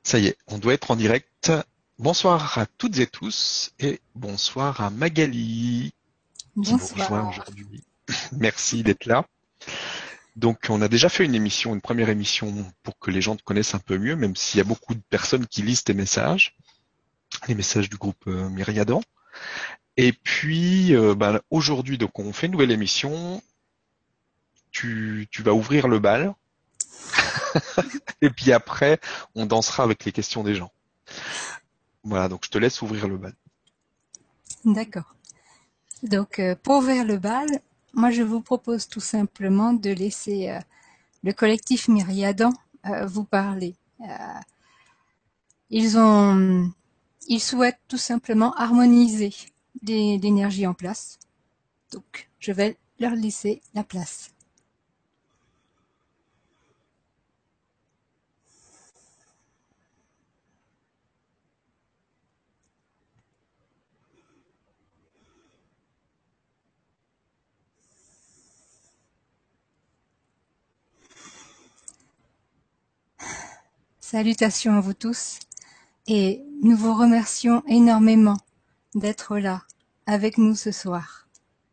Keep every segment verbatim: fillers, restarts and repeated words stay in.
Ça y est, on doit être en direct. Bonsoir à toutes et tous et bonsoir à Magali qui nous rejoint Bonsoir. aujourd'hui. Merci d'être là. Donc, on a déjà fait une émission, une première émission pour que les gens te connaissent un peu mieux, même s'il y a beaucoup de personnes qui lisent tes messages, les messages du groupe euh, Myriadan. Et puis, euh, ben, aujourd'hui, donc, on fait une nouvelle émission. Tu, tu vas ouvrir le bal et puis après, on dansera avec les questions des gens. Voilà, donc je te laisse ouvrir le bal. D'accord. Donc, euh, pour ouvrir le bal, moi, je vous propose tout simplement de laisser euh, le collectif Myriadan euh, vous parler. Euh, ils ont, ils souhaitent tout simplement harmoniser les- l'énergie en place. Donc, je vais leur laisser la place. Salutations à vous tous et nous vous remercions énormément d'être là avec nous ce soir.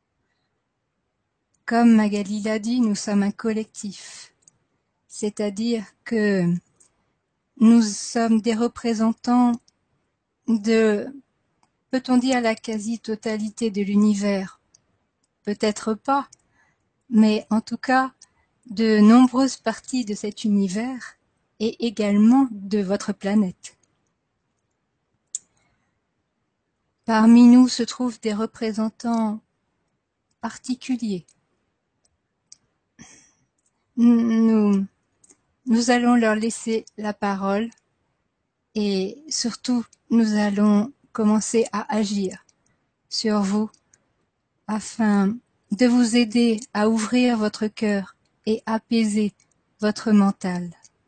Comme Magali l'a dit, nous sommes un collectif. C'est-à-dire que nous sommes des représentants de, peut-on dire, la quasi-totalité de l'univers? Peut-être pas, mais en tout cas, de nombreuses parties de cet univers et également de votre planète. Parmi nous se trouvent des représentants particuliers. Nous, nous allons leur laisser la parole et surtout, nous allons commencer à agir sur vous afin de vous aider à ouvrir votre cœur et apaiser votre mental.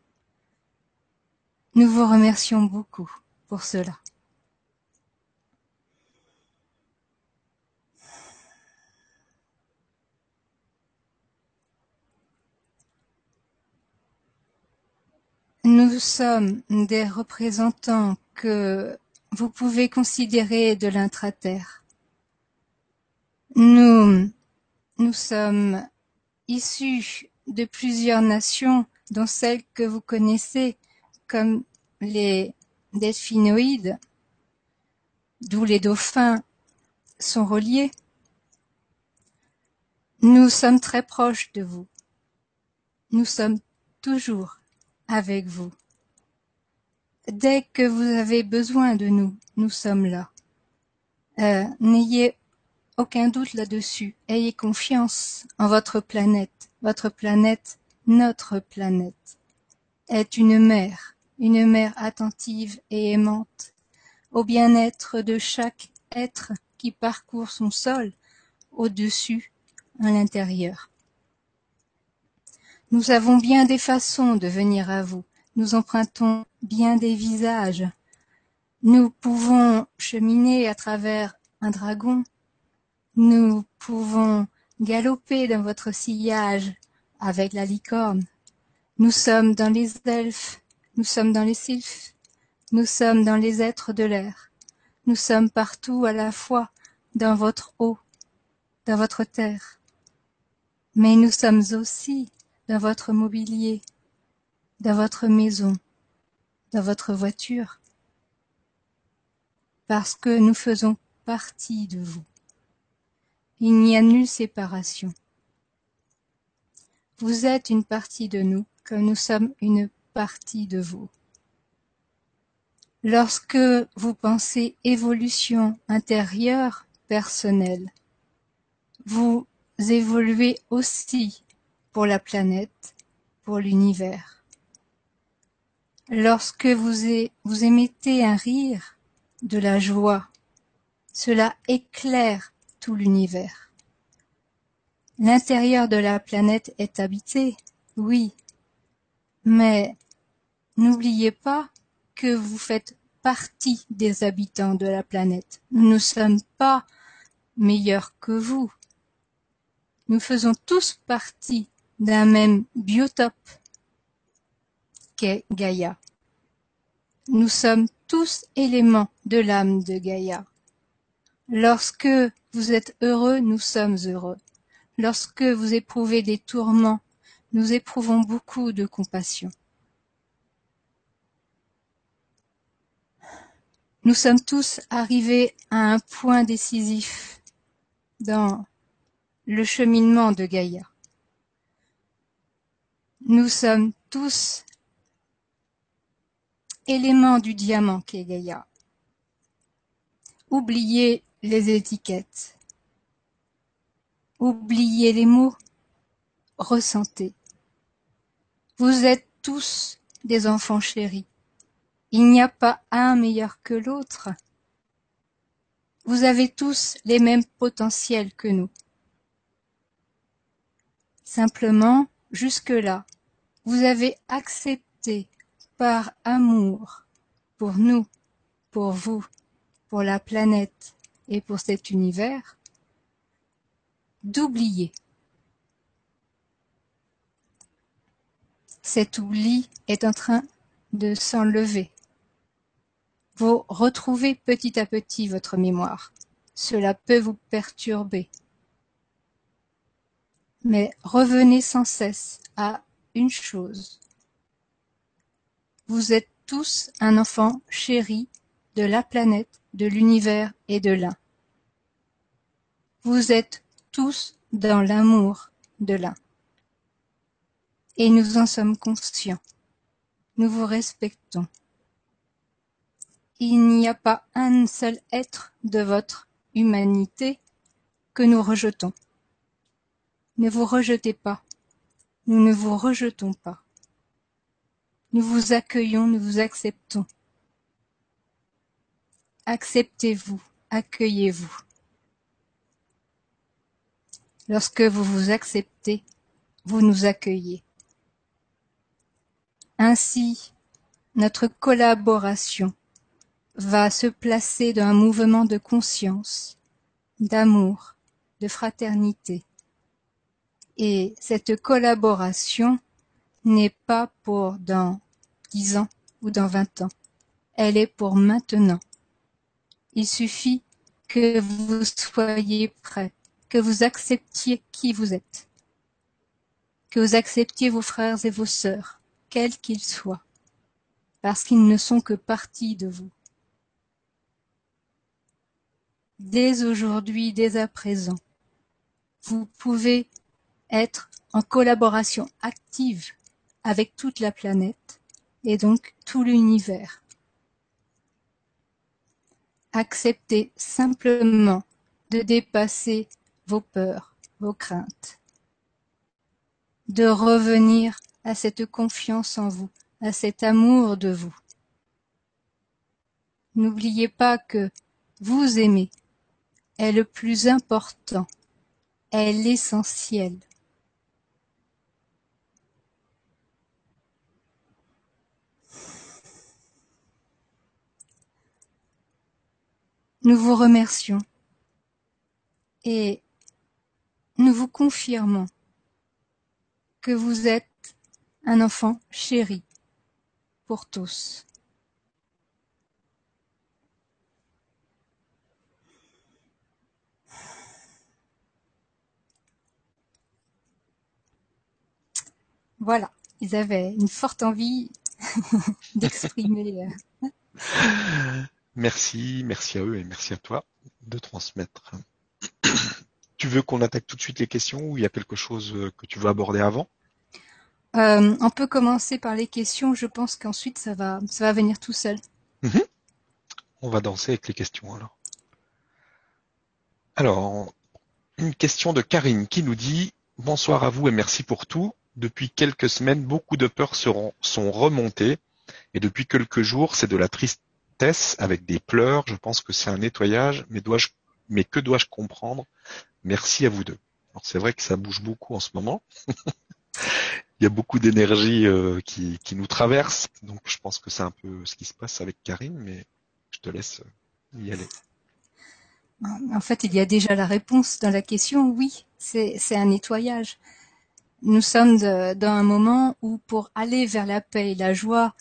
Nous vous remercions beaucoup pour cela. Nous sommes des représentants que vous pouvez considérer de l'intraterre. Nous, nous sommes issus de plusieurs nations, dont celles que vous connaissez comme les delphinoïdes, d'où les dauphins sont reliés. Nous sommes très proches de vous. Nous sommes toujours avec vous. Dès que vous avez besoin de nous, nous sommes là. Euh, n'ayez aucun doute là-dessus. Ayez confiance en votre planète. Votre planète, notre planète, est une mère, une mère attentive et aimante au bien-être de chaque être qui parcourt son sol, au-dessus, à l'intérieur. Nous avons bien des façons de venir à vous. Nous empruntons bien des visages. Nous pouvons cheminer à travers un dragon. Nous pouvons galoper dans votre sillage avec la licorne. Nous sommes dans les elfes. Nous sommes dans les sylphes. Nous sommes dans les êtres de l'air. Nous sommes partout à la fois dans votre eau, dans votre terre. Mais nous sommes aussi dans votre mobilier, dans votre maison, dans votre voiture, parce que nous faisons partie de vous. Il n'y a nulle séparation. Vous êtes une partie de nous, comme nous sommes une partie de vous. Lorsque vous pensez évolution intérieure personnelle, vous évoluez aussi pour la planète, pour l'univers. Lorsque vous, é- vous émettez un rire, de la joie, cela éclaire tout l'univers. L'intérieur de la planète est habité, oui, mais n'oubliez pas que vous faites partie des habitants de la planète. Nous ne sommes pas meilleurs que vous. Nous faisons tous partie d'un même biotope qu'est Gaïa. Nous sommes tous éléments de l'âme de Gaïa. Lorsque vous êtes heureux, nous sommes heureux. Lorsque vous éprouvez des tourments, nous éprouvons beaucoup de compassion. Nous sommes tous arrivés à un point décisif dans le cheminement de Gaïa. Nous sommes tous éléments du diamant qu'est Gaïa. Oubliez les étiquettes. Oubliez les mots. Ressentez. Vous êtes tous des enfants chéris. Il n'y a pas un meilleur que l'autre. Vous avez tous les mêmes potentiels que nous. Simplement, jusque-là, vous avez accepté par amour pour nous, pour vous, pour la planète et pour cet univers, d'oublier. Cet oubli est en train de s'enlever. Vous retrouvez petit à petit votre mémoire. Cela peut vous perturber. Mais revenez sans cesse à une chose. Vous êtes tous un enfant chéri de la planète, de l'univers et de l'un. Vous êtes tous dans l'amour de l'un. Et nous en sommes conscients. Nous vous respectons. Il n'y a pas un seul être de votre humanité que nous rejetons. Ne vous rejetez pas. Nous ne vous rejetons pas. Nous vous accueillons, nous vous acceptons. Acceptez-vous, accueillez-vous. Lorsque vous vous acceptez, vous nous accueillez. Ainsi, notre collaboration va se placer dans un mouvement de conscience, d'amour, de fraternité. Et cette collaboration n'est pas pour dans dix ans ou dans vingt ans. Elle est pour maintenant. Il suffit que vous soyez prêts, que vous acceptiez qui vous êtes, que vous acceptiez vos frères et vos sœurs, quels qu'ils soient, parce qu'ils ne sont que partie de vous. Dès aujourd'hui, dès à présent, vous pouvez être en collaboration active avec toute la planète et donc tout l'univers. Acceptez simplement de dépasser vos peurs, vos craintes, de revenir à cette confiance en vous, à cet amour de vous. N'oubliez pas que vous aimer est le plus important, est l'essentiel. Nous vous remercions et nous vous confirmons que vous êtes un enfant chéri pour tous. Voilà, ils avaient une forte envie d'exprimer. Merci, merci à eux et merci à toi de transmettre. Tu veux qu'on attaque tout de suite les questions ou il y a quelque chose que tu veux aborder avant? euh, On peut commencer par les questions, je pense qu'ensuite ça va, ça va venir tout seul. Mmh. On va danser avec les questions alors. Alors, une question de Karine qui nous dit « Bonsoir à vous et merci pour tout. Depuis quelques semaines, beaucoup de peurs seront, sont remontées et depuis quelques jours, c'est de la tristesse avec des pleurs. Je pense que c'est un nettoyage, mais, dois-je, mais que dois-je comprendre? Merci à vous deux. » Alors c'est vrai que ça bouge beaucoup en ce moment. Il y a beaucoup d'énergie euh, qui, qui nous traverse, donc je pense que c'est un peu ce qui se passe avec Karine, mais je te laisse y aller. En fait, il y a déjà la réponse dans la question, oui, c'est, c'est un nettoyage. Nous sommes de, dans un moment où pour aller vers la paix et la joie,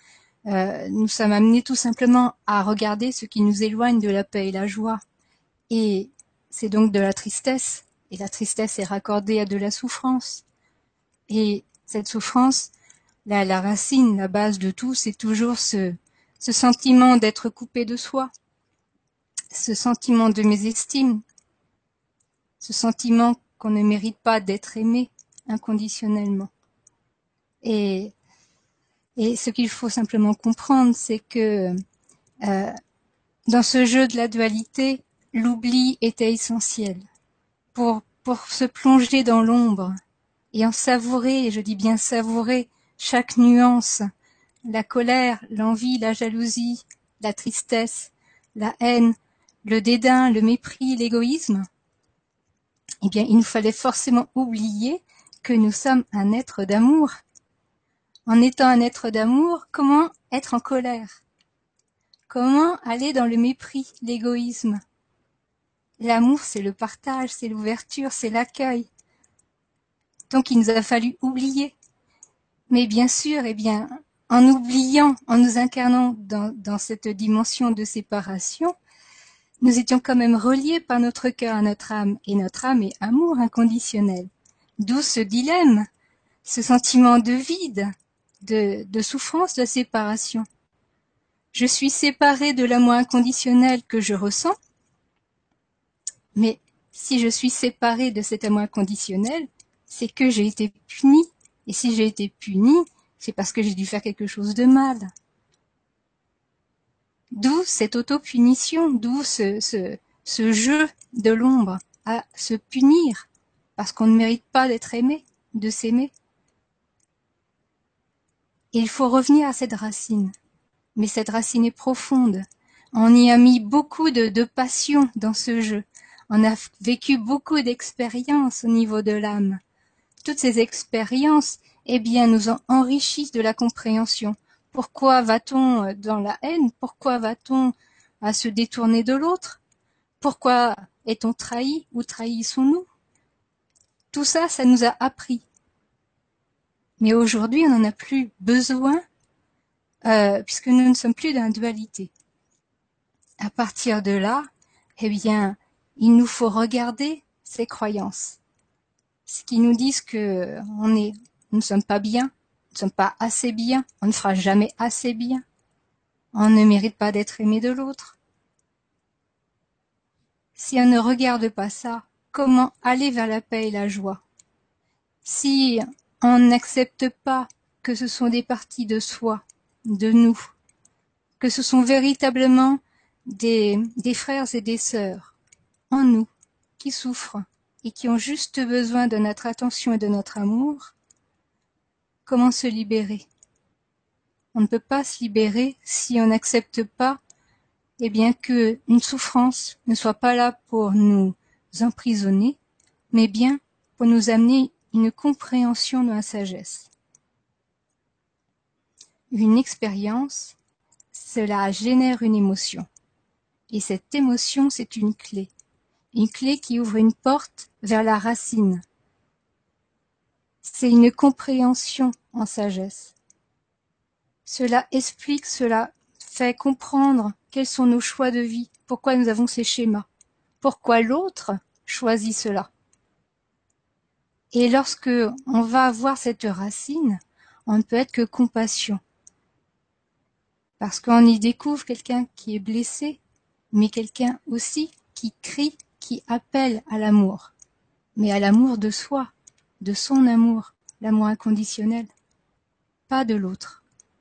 euh, nous sommes amenés tout simplement à regarder ce qui nous éloigne de la paix et la joie. Et c'est donc de la tristesse. Et la tristesse est raccordée à de la souffrance. Et cette souffrance, la, la racine, la base de tout, c'est toujours ce, ce sentiment d'être coupé de soi, ce sentiment de mésestime, ce sentiment qu'on ne mérite pas d'être aimé inconditionnellement. Et, et ce qu'il faut simplement comprendre, c'est que euh, dans ce jeu de la dualité, l'oubli était essentiel pour, pour se plonger dans l'ombre et en savourer, et je dis bien savourer, chaque nuance, la colère, l'envie, la jalousie, la tristesse, la haine, le dédain, le mépris, l'égoïsme. Eh bien, il nous fallait forcément oublier que nous sommes un être d'amour. En étant un être d'amour, comment être en colère? Comment aller dans le mépris, l'égoïsme? L'amour, c'est le partage, c'est l'ouverture, c'est l'accueil. Donc, il nous a fallu oublier. Mais bien sûr, eh bien, en oubliant, en nous incarnant dans, dans cette dimension de séparation, nous étions quand même reliés par notre cœur à notre âme, et notre âme est amour inconditionnel. D'où ce dilemme, ce sentiment de vide, de, de souffrance, de séparation. Je suis séparée de l'amour inconditionnel que je ressens, mais si je suis séparée de cet amour inconditionnel, c'est que j'ai été punie. Et si j'ai été punie, c'est parce que j'ai dû faire quelque chose de mal. D'où cette auto-punition, d'où ce, ce, ce jeu de l'ombre à se punir, parce qu'on ne mérite pas d'être aimé, de s'aimer. Et il faut revenir à cette racine. Mais cette racine est profonde. On y a mis beaucoup de, de passion dans ce jeu. On a vécu beaucoup d'expériences au niveau de l'âme. Toutes ces expériences, eh bien, nous en enrichissent de la compréhension. Pourquoi va-t-on dans la haine? Pourquoi va-t-on à se détourner de l'autre? Pourquoi est-on trahi ou trahissons-nous? Tout ça, ça nous a appris. Mais aujourd'hui, on n'en a plus besoin euh, puisque nous ne sommes plus dans la dualité. À partir de là, eh bien, il nous faut regarder ces croyances. Ce qui nous disent que on est, nous ne sommes pas bien, nous ne sommes pas assez bien, on ne fera jamais assez bien, on ne mérite pas d'être aimé de l'autre. Si on ne regarde pas ça, comment aller vers la paix et la joie? Si on n'accepte pas que ce sont des parties de soi, de nous, que ce sont véritablement des, des frères et des sœurs en nous qui souffrent et qui ont juste besoin de notre attention et de notre amour, comment se libérer? On ne peut pas se libérer si on n'accepte pas, eh bien, que une souffrance ne soit pas là pour nous emprisonner, mais bien pour nous amener une compréhension de la sagesse. Une expérience, cela génère une émotion. Et cette émotion, c'est une clé. Une clé qui ouvre une porte vers la racine. C'est une compréhension en sagesse. Cela explique, cela fait comprendre quels sont nos choix de vie, pourquoi nous avons ces schémas, pourquoi l'autre choisit cela. Et lorsque on va avoir cette racine, on ne peut être que compassion. Parce qu'on y découvre quelqu'un qui est blessé, mais quelqu'un aussi qui crie, qui appelle à l'amour, mais à l'amour de soi, de son amour, l'amour inconditionnel, pas de l'autre.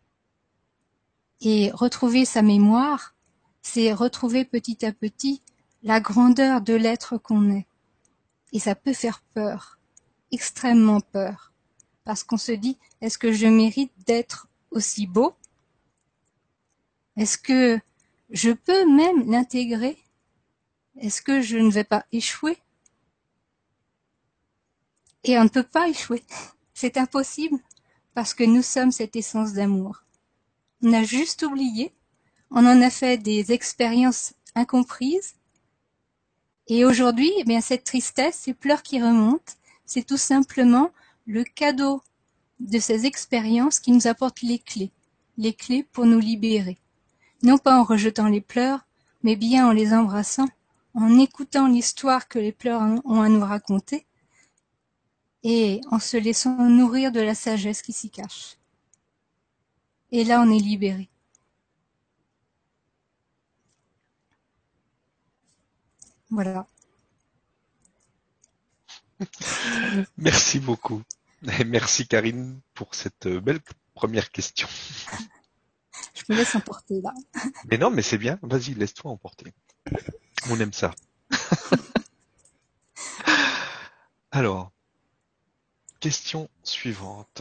Et retrouver sa mémoire, c'est retrouver petit à petit la grandeur de l'être qu'on est. Et ça peut faire peur, extrêmement peur, parce qu'on se dit, est-ce que je mérite d'être aussi beau? Est-ce que je peux même l'intégrer? Est-ce que je ne vais pas échouer? Et on ne peut pas échouer. C'est impossible, parce que nous sommes cette essence d'amour. On a juste oublié, on en a fait des expériences incomprises, et aujourd'hui, eh bien, cette tristesse, ces pleurs qui remontent, c'est tout simplement le cadeau de ces expériences qui nous apportent les clés. les clés pour nous libérer. Non pas en rejetant les pleurs, mais bien en les embrassant, en écoutant l'histoire que les pleurs ont à nous raconter et en se laissant nourrir de la sagesse qui s'y cache. Et là, on est libéré. Voilà. Merci beaucoup. Et merci Karine pour cette belle première question. Je me laisse emporter là. Mais non, mais c'est bien. Vas-y, laisse-toi emporter. On aime ça. Alors, question suivante.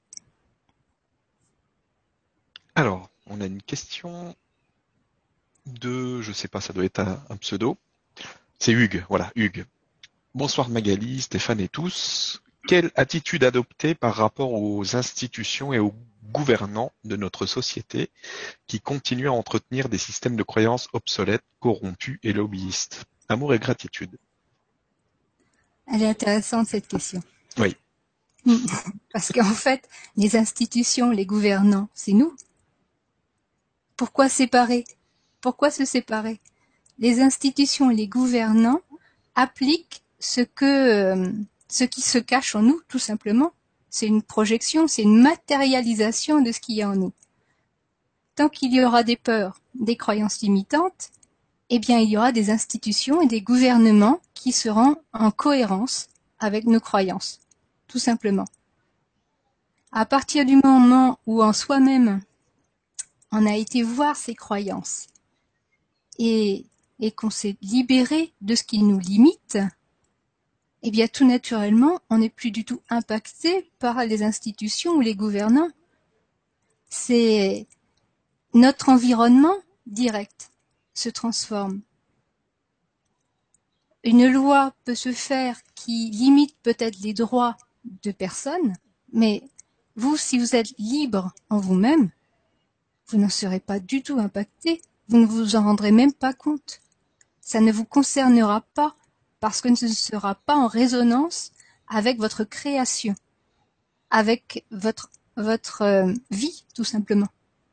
Alors, on a une question de, je sais pas, ça doit être un, un pseudo. C'est Hugues, voilà, Hugues. Bonsoir Magali, Stéphane et tous. Quelle attitude adopter par rapport aux institutions et aux gouvernants de notre société qui continuent à entretenir des systèmes de croyances obsolètes, corrompus et lobbyistes? Amour et gratitude. Elle est intéressante cette question. Oui. Parce qu'en fait, les institutions, les gouvernants, c'est nous. Pourquoi séparer? Pourquoi se séparer? Les institutions et les gouvernants appliquent ce que euh, ce qui se cache en nous, tout simplement. C'est une projection, c'est une matérialisation de ce qu'il y a en nous. Tant qu'il y aura des peurs, des croyances limitantes, eh bien il y aura des institutions et des gouvernements qui seront en cohérence avec nos croyances, tout simplement. À partir du moment où en soi-même, on a été voir ces croyances et, et qu'on s'est libéré de ce qui nous limite, eh bien tout naturellement, on n'est plus du tout impacté par les institutions ou les gouvernants. C'est notre environnement direct se transforme. Une loi peut se faire qui limite peut-être les droits de personnes, mais vous, si vous êtes libre en vous-même, vous n'en serez pas du tout impacté, vous ne vous en rendrez même pas compte. Ça ne vous concernera pas parce que ce ne sera pas en résonance avec votre création, avec votre, votre euh, vie, tout simplement.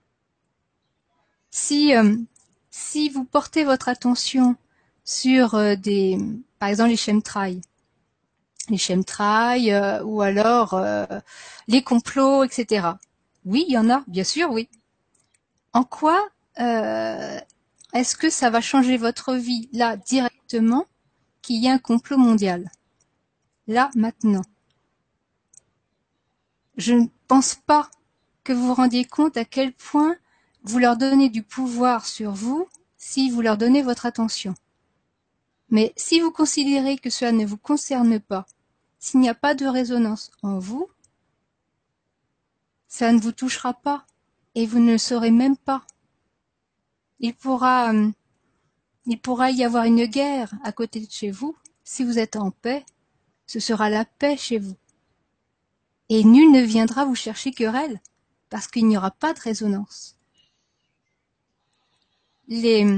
Si, euh, si vous portez votre attention sur euh, des, par exemple les chemtrails, les chemtrails euh, ou alors euh, les complots, et cetera. Oui, il y en a, bien sûr, oui. En quoi euh, est-ce que ça va changer votre vie là directement qu'il y ait un complot mondial? Là, maintenant. Je ne pense pas que vous vous rendiez compte à quel point vous leur donnez du pouvoir sur vous si vous leur donnez votre attention. Mais si vous considérez que cela ne vous concerne pas, s'il n'y a pas de résonance en vous, ça ne vous touchera pas et vous ne le saurez même pas. Il pourra, il pourra y avoir une guerre à côté de chez vous. Si vous êtes en paix, ce sera la paix chez vous. Et nul ne viendra vous chercher querelle, parce qu'il n'y aura pas de résonance. Les,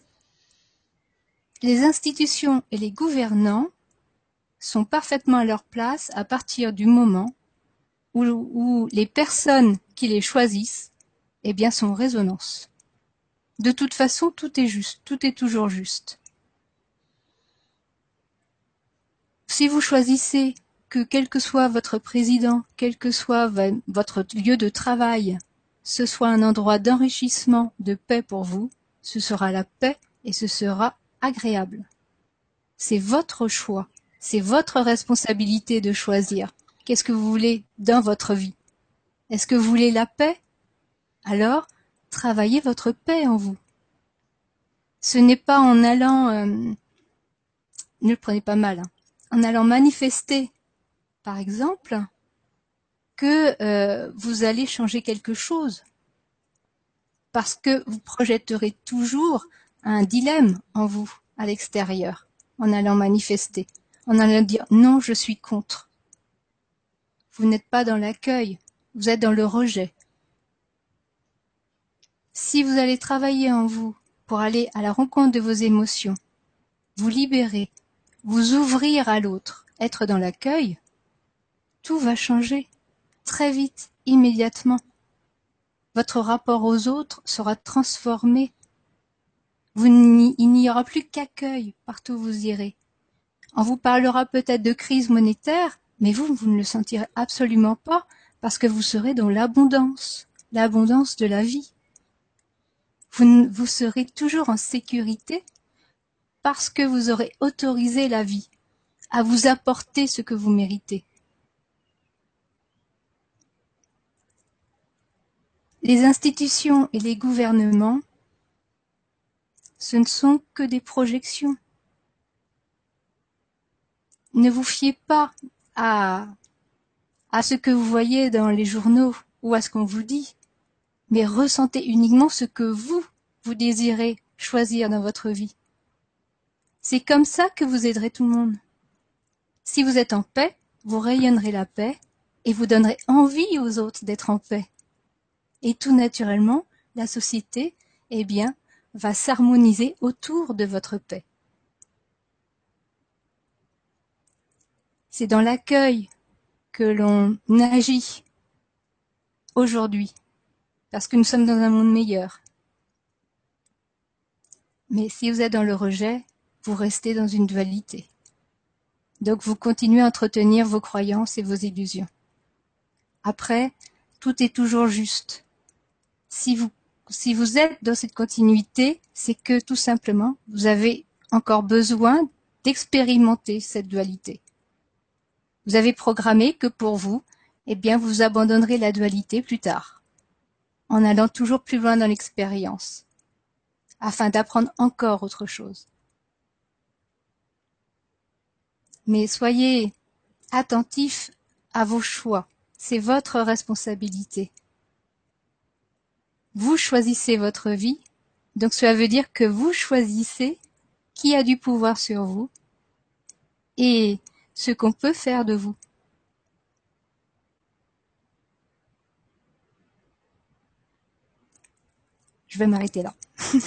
les institutions et les gouvernants sont parfaitement à leur place à partir du moment où, où les personnes qui les choisissent, eh bien, sont en résonance. De toute façon, tout est juste, tout est toujours juste. Si vous choisissez que quel que soit votre président, quel que soit votre lieu de travail, ce soit un endroit d'enrichissement, de paix pour vous, ce sera la paix et ce sera agréable. C'est votre choix, c'est votre responsabilité de choisir. Qu'est-ce que vous voulez dans votre vie? Est-ce que vous voulez la paix? Alors, travaillez votre paix en vous. Ce n'est pas en allant, euh, ne le prenez pas mal, hein, en allant manifester, par exemple, que euh, vous allez changer quelque chose. Parce que vous projetterez toujours un dilemme en vous, à l'extérieur, en allant manifester, en allant dire non, je suis contre. Vous n'êtes pas dans l'accueil, vous êtes dans le rejet. Si vous allez travailler en vous pour aller à la rencontre de vos émotions, vous libérer, vous ouvrir à l'autre, être dans l'accueil, tout va changer, très vite, immédiatement. votre rapport aux autres sera transformé. Vous n'y, il n'y aura plus qu'accueil partout où vous irez. On vous parlera peut-être de crise monétaire, mais vous, vous ne le sentirez absolument pas parce que vous serez dans l'abondance, l'abondance de la vie. Vous, vous serez toujours en sécurité parce que vous aurez autorisé la vie à vous apporter ce que vous méritez. Les institutions et les gouvernements, ce ne sont que des projections. Ne vous fiez pas à, à ce que vous voyez dans les journaux ou à ce qu'on vous dit, mais ressentez uniquement ce que vous, vous désirez choisir dans votre vie. C'est comme ça que vous aiderez tout le monde. Si vous êtes en paix, vous rayonnerez la paix et vous donnerez envie aux autres d'être en paix. Et tout naturellement, la société, eh bien, va s'harmoniser autour de votre paix. C'est dans l'accueil que l'on agit aujourd'hui, parce que nous sommes dans un monde meilleur. Mais si vous êtes dans le rejet, vous restez dans une dualité. Donc vous continuez à entretenir vos croyances et vos illusions. Après, tout est toujours juste. Si vous, si vous êtes dans cette continuité, c'est que tout simplement, vous avez encore besoin d'expérimenter cette dualité. Vous avez programmé que pour vous, eh bien, vous abandonnerez la dualité plus tard, en allant toujours plus loin dans l'expérience, afin d'apprendre encore autre chose. Mais soyez attentifs à vos choix. C'est votre responsabilité. Vous choisissez votre vie, donc cela veut dire que vous choisissez qui a du pouvoir sur vous et ce qu'on peut faire de vous. Je vais m'arrêter là.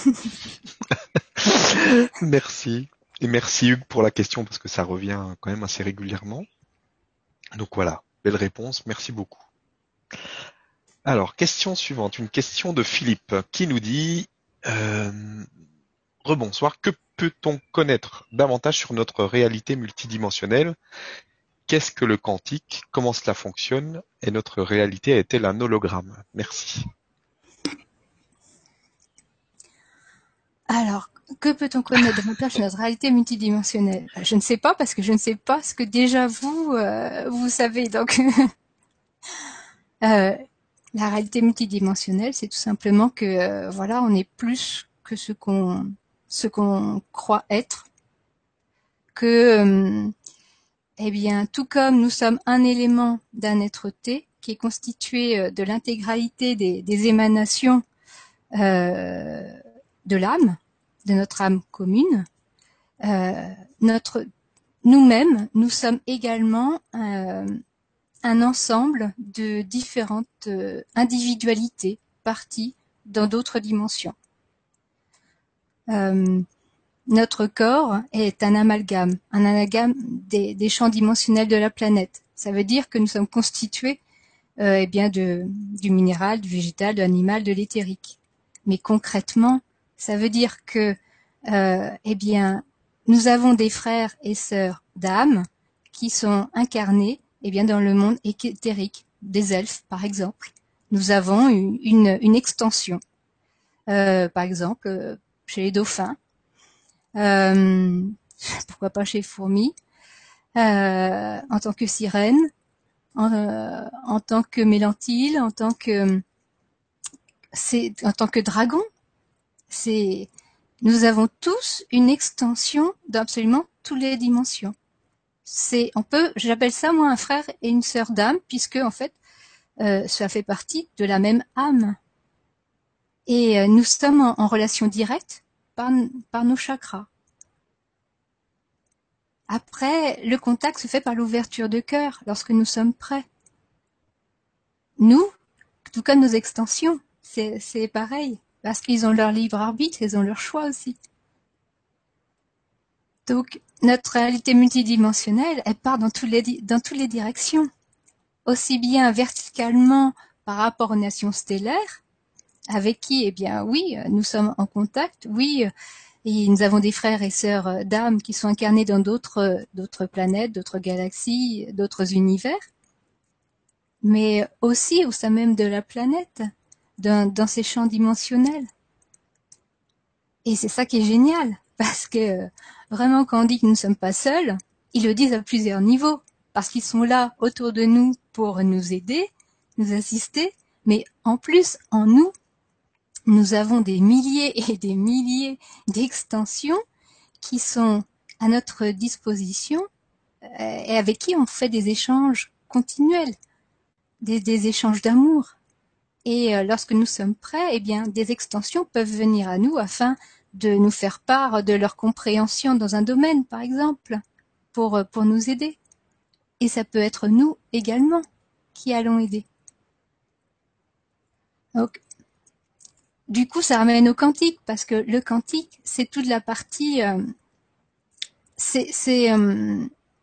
Merci. Et merci Hugues pour la question parce que ça revient quand même assez régulièrement. Donc voilà, belle réponse, merci beaucoup. Alors, question suivante, une question de Philippe qui nous dit euh, Rebonsoir, que peut-on connaître davantage sur notre réalité multidimensionnelle? Qu'est-ce que le quantique? Comment cela fonctionne? Et notre réalité est-elle un hologramme? Merci. Alors, que peut-on connaître davantage sur notre réalité multidimensionnelle? Je ne sais pas parce que je ne sais pas ce que déjà vous, euh, vous savez. Donc, euh, la réalité multidimensionnelle, c'est tout simplement que, euh, voilà, on est plus que ce qu'on, ce qu'on croit être. Que, euh, eh bien, tout comme nous sommes un élément d'un être-té qui est constitué de l'intégralité des, des émanations euh, de l'âme, de notre âme commune, euh, notre, nous-mêmes, nous sommes également euh, un ensemble de différentes euh, individualités parties dans d'autres dimensions. Euh, notre corps est un amalgame, un amalgame des, des champs dimensionnels de la planète. Ça veut dire que nous sommes constitués euh, eh bien de, du minéral, du végétal, de l'animal, de l'éthérique. Mais concrètement, ça veut dire que euh, eh bien, nous avons des frères et sœurs d'âme qui sont incarnés eh bien, dans le monde éthérique, des elfes par exemple. Nous avons une, une, une extension, euh, par exemple euh, chez les dauphins, euh, pourquoi pas chez les fourmis, euh, en tant que sirène, en, euh, en tant que mélantile, en tant que c'est en tant que dragon. C'est nous avons tous une extension d'absolument toutes les dimensions. C'est on peut j'appelle ça moi un frère et une sœur d'âme puisque en fait euh, ça fait partie de la même âme. Et euh, nous sommes en, en relation directe par, par nos chakras. Après, le contact se fait par l'ouverture de cœur lorsque nous sommes prêts. Nous, tout comme nos extensions, c'est, c'est pareil, parce qu'ils ont leur libre arbitre, ils ont leur choix aussi. Donc, notre réalité multidimensionnelle, elle part dans, tous les, dans toutes les directions, aussi bien verticalement par rapport aux nations stellaires avec qui, eh bien oui, nous sommes en contact, oui, et nous avons des frères et sœurs d'âme qui sont incarnés dans d'autres d'autres planètes, d'autres galaxies, d'autres univers, mais aussi au sein même de la planète, dans, dans ces champs dimensionnels. Et c'est ça qui est génial, parce que vraiment quand on dit que nous ne sommes pas seuls, ils le disent à plusieurs niveaux, parce qu'ils sont là autour de nous pour nous aider, nous assister, mais en plus, en nous, nous avons des milliers et des milliers d'extensions qui sont à notre disposition et avec qui on fait des échanges continuels, des, des échanges d'amour. Et lorsque nous sommes prêts, eh bien, des extensions peuvent venir à nous afin de nous faire part de leur compréhension dans un domaine, par exemple, pour, pour nous aider. Et ça peut être nous également qui allons aider. Donc, du coup, ça ramène au quantique, parce que le quantique, c'est toute la partie... Euh, c'est c'est euh,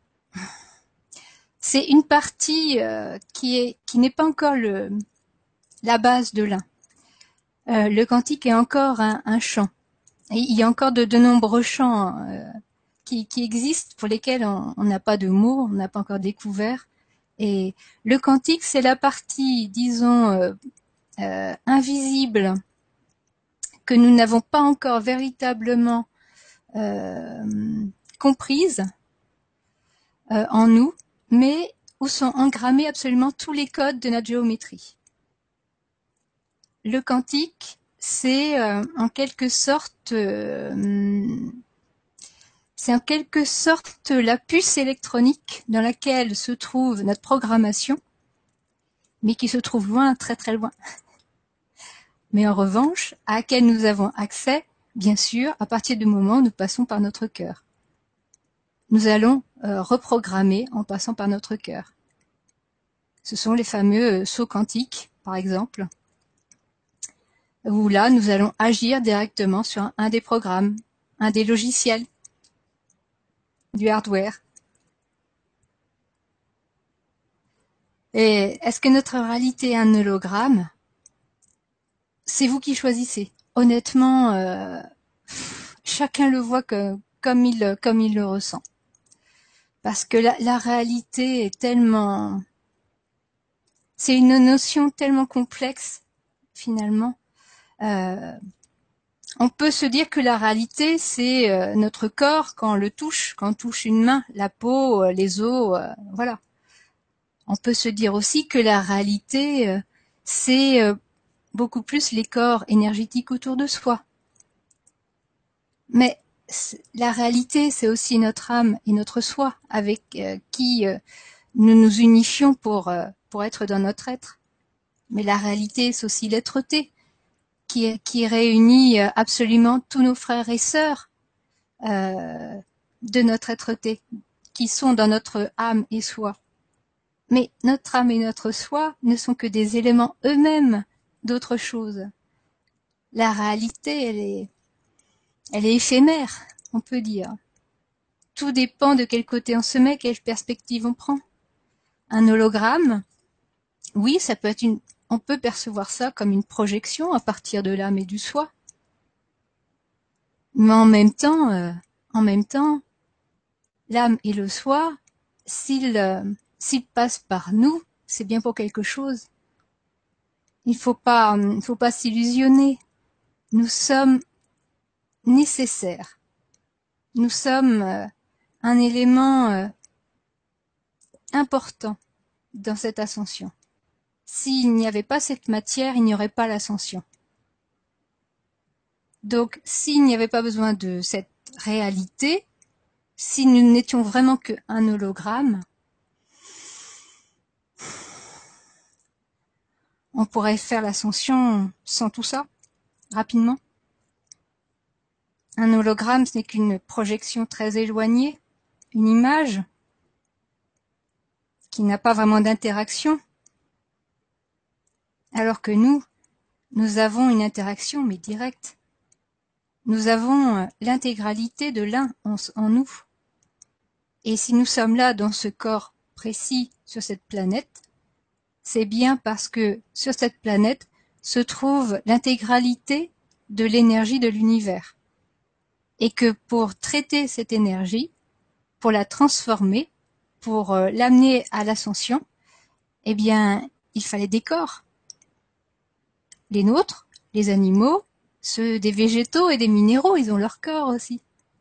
c'est une partie euh, qui est qui n'est pas encore le la base de l'un. Euh, le quantique est encore un, un champ. Et il y a encore de, de nombreux champs euh, qui, qui existent pour lesquels on n'a pas de mots, on n'a pas encore découvert. Et le quantique, c'est la partie, disons, euh, euh, invisible que nous n'avons pas encore véritablement euh, comprise euh, en nous, mais où sont engrammés absolument tous les codes de notre géométrie. Le quantique, c'est euh, en quelque sorte, euh, c'est en quelque sorte la puce électronique dans laquelle se trouve notre programmation, mais qui se trouve loin, très très loin. Mais en revanche, à laquelle nous avons accès, bien sûr, à partir du moment où nous passons par notre cœur. Nous allons euh, reprogrammer en passant par notre cœur. Ce sont les fameux euh, sauts quantiques, par exemple, où là, nous allons agir directement sur un, un des programmes, un des logiciels, du hardware. Et est-ce que notre réalité est un hologramme? C'est vous qui choisissez. Honnêtement, euh, chacun le voit que, comme, il, comme il le ressent. Parce que la, la réalité est tellement... C'est une notion tellement complexe, finalement. Euh, on peut se dire que la réalité, c'est euh, notre corps quand on le touche, quand on touche une main, la peau, euh, les os, euh, voilà. On peut se dire aussi que la réalité, euh, c'est euh, beaucoup plus les corps énergétiques autour de soi. Mais la réalité, c'est aussi notre âme et notre soi avec euh, qui euh, nous nous unifions pour, euh, pour être dans notre être. Mais la réalité, c'est aussi l'être-té qui, qui réunit euh, absolument tous nos frères et sœurs euh, de notre être-té, qui sont dans notre âme et soi. Mais notre âme et notre soi ne sont que des éléments eux-mêmes d'autre chose. La réalité, elle est, elle est éphémère, on peut dire. Tout dépend de quel côté on se met, quelle perspective on prend. Un hologramme, oui, ça peut être une, on peut percevoir ça comme une projection à partir de l'âme et du soi. Mais en même temps, euh, en même temps, l'âme et le soi, s'ils, euh, s'ils passent par nous, c'est bien pour quelque chose. Il faut pas, il faut pas s'illusionner. Nous sommes nécessaires. Nous sommes euh, un élément euh, important dans cette ascension. S'il n'y avait pas cette matière, il n'y aurait pas l'ascension. Donc, s'il n'y avait pas besoin de cette réalité, si nous n'étions vraiment qu'un hologramme, on pourrait faire l'ascension sans tout ça, rapidement. Un hologramme, ce n'est qu'une projection très éloignée, une image qui n'a pas vraiment d'interaction. Alors que nous, nous avons une interaction, mais directe. Nous avons l'intégralité de l'un en, en nous. Et si nous sommes là dans ce corps précis sur cette planète, c'est bien parce que sur cette planète se trouve l'intégralité de l'énergie de l'univers. Et que pour traiter cette énergie, pour la transformer, pour euh, l'amener à l'ascension, eh bien, il fallait des corps. Les nôtres, les animaux, ceux des végétaux et des minéraux, ils ont leur corps aussi.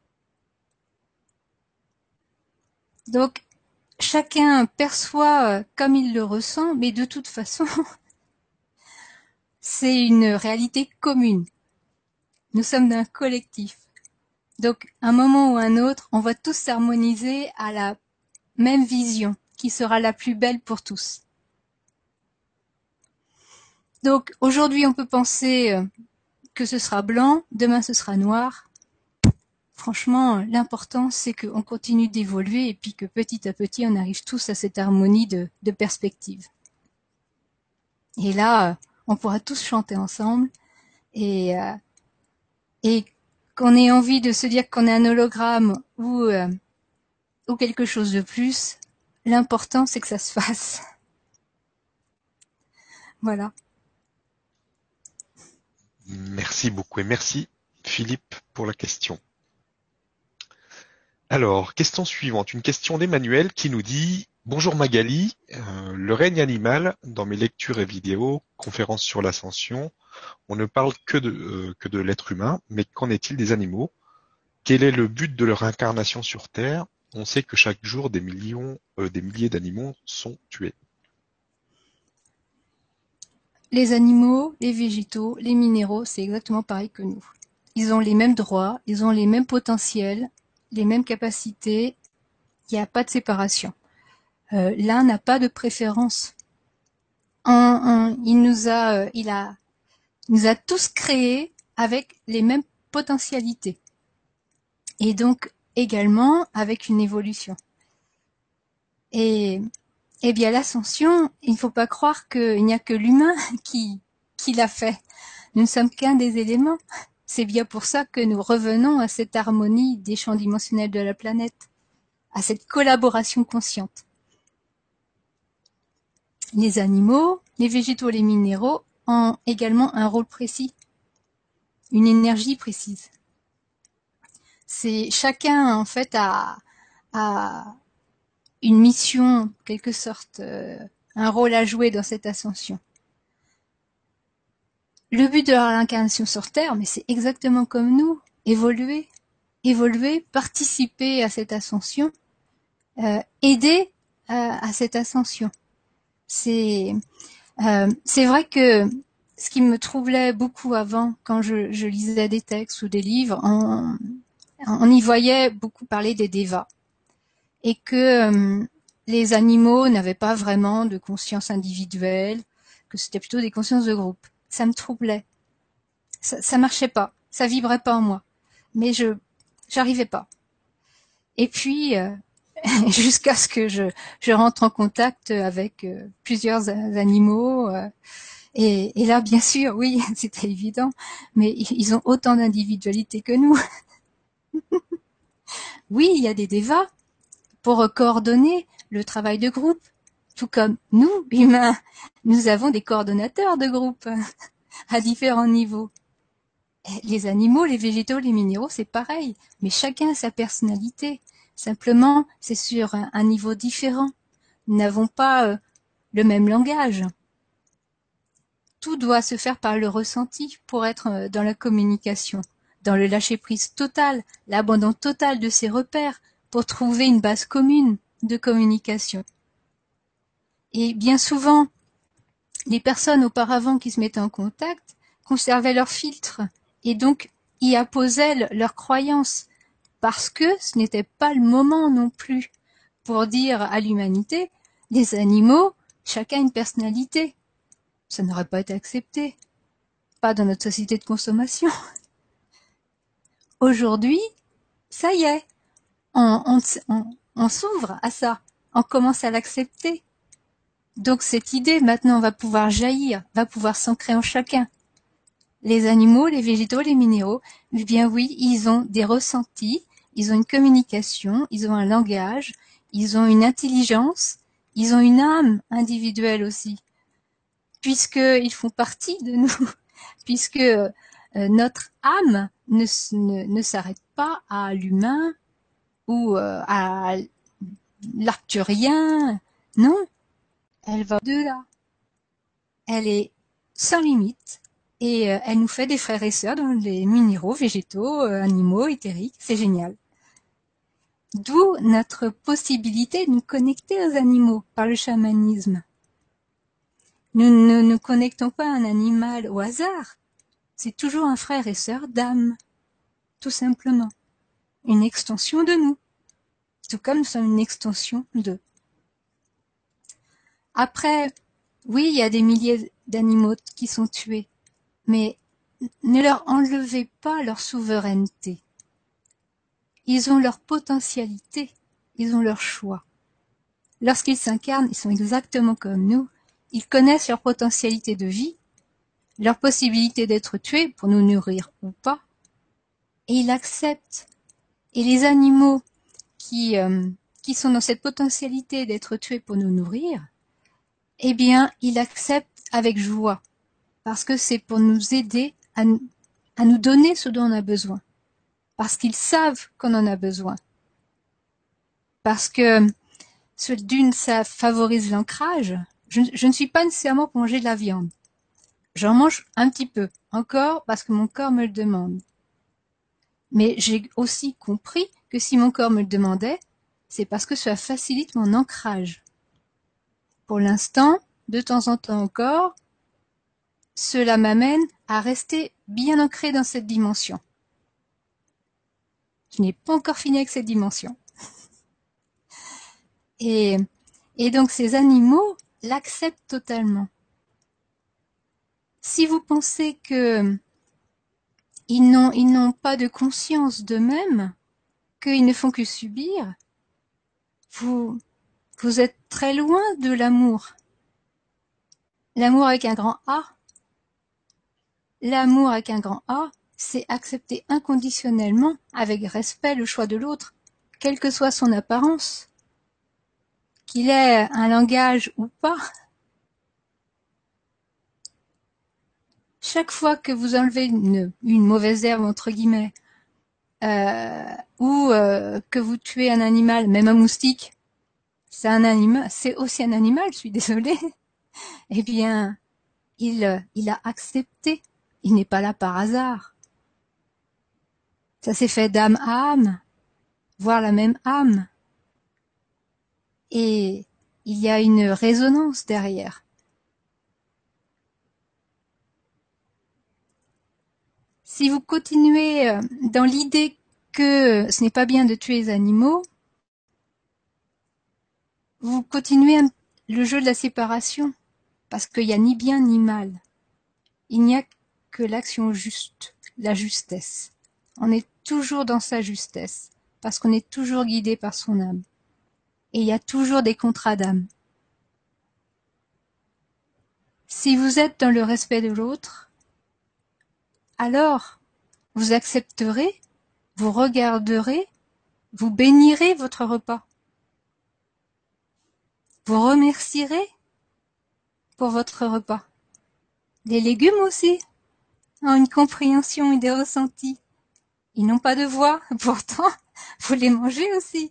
Donc, chacun perçoit comme il le ressent, mais de toute façon, c'est une réalité commune. Nous sommes d'un collectif. Donc, un moment ou un autre, on va tous s'harmoniser à la même vision, qui sera la plus belle pour tous. Donc, aujourd'hui, on peut penser que ce sera blanc, demain ce sera noir. Franchement, l'important, c'est qu'on continue d'évoluer et puis que petit à petit, on arrive tous à cette harmonie de, de perspective. Et là, on pourra tous chanter ensemble et, euh, et qu'on ait envie de se dire qu'on est un hologramme ou, euh, ou quelque chose de plus, l'important, c'est que ça se fasse. Voilà. Merci beaucoup et merci Philippe pour la question. Alors, question suivante, une question d'Emmanuel qui nous dit « Bonjour Magali, euh, le règne animal, dans mes lectures et vidéos, conférences sur l'ascension, on ne parle que de, euh, que de l'être humain, mais qu'en est-il des animaux? Quel est le but de leur incarnation sur Terre? On sait que chaque jour des millions, euh, des milliers d'animaux sont tués. » Les animaux, les végétaux, les minéraux, c'est exactement pareil que nous. Ils ont les mêmes droits, ils ont les mêmes potentiels, les mêmes capacités, il n'y a pas de séparation. Euh, l'un n'a pas de préférence. On, on, il nous a, euh, il a, il nous a tous créés avec les mêmes potentialités. Et donc, également, avec une évolution. Et, eh bien, l'ascension, il ne faut pas croire qu'il n'y a que l'humain qui, qui l'a fait. Nous ne sommes qu'un des éléments. C'est bien pour ça que nous revenons à cette harmonie des champs dimensionnels de la planète, à cette collaboration consciente. Les animaux, les végétaux, les minéraux ont également un rôle précis, une énergie précise. C'est chacun en fait a, a une mission, en quelque sorte, euh, un rôle à jouer dans cette ascension. Le but de l'incarnation sur Terre, mais c'est exactement comme nous, évoluer, évoluer, participer à cette ascension, euh, aider à, à cette ascension. C'est euh, c'est vrai que ce qui me troublait beaucoup avant, quand je, je lisais des textes ou des livres, on, on y voyait beaucoup parler des dévas et que euh, les animaux n'avaient pas vraiment de conscience individuelle, que c'était plutôt des consciences de groupe. Ça me troublait. Ça, ça marchait pas, ça vibrait pas en moi, mais je j'arrivais pas. Et puis euh, jusqu'à ce que je je rentre en contact avec euh, plusieurs animaux euh, et, et là bien sûr oui c'était évident, mais ils ont autant d'individualité que nous. Oui, il y a des dévas pour coordonner le travail de groupe, tout comme nous humains, nous avons des coordonnateurs de groupe à différents niveaux. Les animaux, les végétaux, les minéraux, c'est pareil, mais chacun a sa personnalité. Simplement, c'est sur un, un niveau différent. Nous n'avons pas euh, le même langage. Tout doit se faire par le ressenti pour être euh, dans la communication, dans le lâcher-prise total, l'abandon total de ses repères pour trouver une base commune de communication. Et bien souvent, les personnes auparavant qui se mettaient en contact conservaient leur filtre et donc y apposaient leurs croyances parce que ce n'était pas le moment non plus pour dire à l'humanité, les animaux, chacun a une personnalité. Ça n'aurait pas été accepté. Pas dans notre société de consommation. Aujourd'hui, ça y est, on, on, on, on s'ouvre à ça, on commence à l'accepter. Donc cette idée maintenant va pouvoir jaillir, va pouvoir s'ancrer en chacun. Les animaux, les végétaux, les minéraux, eh bien oui, ils ont des ressentis, ils ont une communication, ils ont un langage, ils ont une intelligence, ils ont une âme individuelle aussi. puisqu'ils font partie de nous, puisque euh, notre âme ne, ne, ne s'arrête pas à l'humain ou euh, à l'arcturien. Non, elle va au-delà. Elle est sans limite et euh, elle nous fait des frères et sœurs dans les minéraux, végétaux, euh, animaux, éthériques. C'est génial. D'où notre possibilité de nous connecter aux animaux par le chamanisme. Nous ne nous connectons pas à un animal au hasard. C'est toujours un frère et sœur d'âme, tout simplement. Une extension de nous, tout comme nous sommes une extension d'eux. Après, oui, il y a des milliers d'animaux qui sont tués, mais ne leur enlevez pas leur souveraineté. Ils ont leur potentialité, ils ont leur choix. Lorsqu'ils s'incarnent, ils sont exactement comme nous. Ils connaissent leur potentialité de vie, leur possibilité d'être tués pour nous nourrir ou pas, et ils acceptent. Et les animaux qui, euh, qui sont dans cette potentialité d'être tués pour nous nourrir, eh bien, ils acceptent avec joie, parce que c'est pour nous aider à, à nous donner ce dont on a besoin, parce qu'ils savent qu'on en a besoin, parce que d'une, ça favorise l'ancrage. Je, je ne suis pas nécessairement pour manger de la viande. J'en mange un petit peu, encore parce que mon corps me le demande. Mais j'ai aussi compris que si mon corps me le demandait, c'est parce que ça facilite mon ancrage. Pour l'instant, de temps en temps encore, cela m'amène à rester bien ancré dans cette dimension. Je n'ai pas encore fini avec cette dimension. Et, et donc ces animaux l'acceptent totalement. Si vous pensez que ils n'ont, ils n'ont pas de conscience d'eux-mêmes, qu'ils ne font que subir, vous, vous êtes très loin de l'amour. L'amour avec un grand A. L'amour avec un grand A, c'est accepter inconditionnellement, avec respect, le choix de l'autre, quelle que soit son apparence, qu'il ait un langage ou pas. Chaque fois que vous enlevez une, une mauvaise herbe, entre guillemets, euh, ou euh, que vous tuez un animal, même un moustique, c'est un animal, c'est aussi un animal, je suis désolée, eh bien, il, il a accepté. Il n'est pas là par hasard. Ça s'est fait d'âme à âme, voire la même âme. Et il y a une résonance derrière. Si vous continuez dans l'idée que ce n'est pas bien de tuer les animaux, vous continuez le jeu de la séparation, parce qu'il n'y a ni bien ni mal. Il n'y a que l'action juste, la justesse. On est toujours dans sa justesse, parce qu'on est toujours guidé par son âme. Et il y a toujours des contrats d'âme. Si vous êtes dans le respect de l'autre, alors vous accepterez, vous regarderez, vous bénirez votre repas. Vous remercierez pour votre repas. Les légumes aussi ont une compréhension et des ressentis. Ils n'ont pas de voix, pourtant, vous les mangez aussi.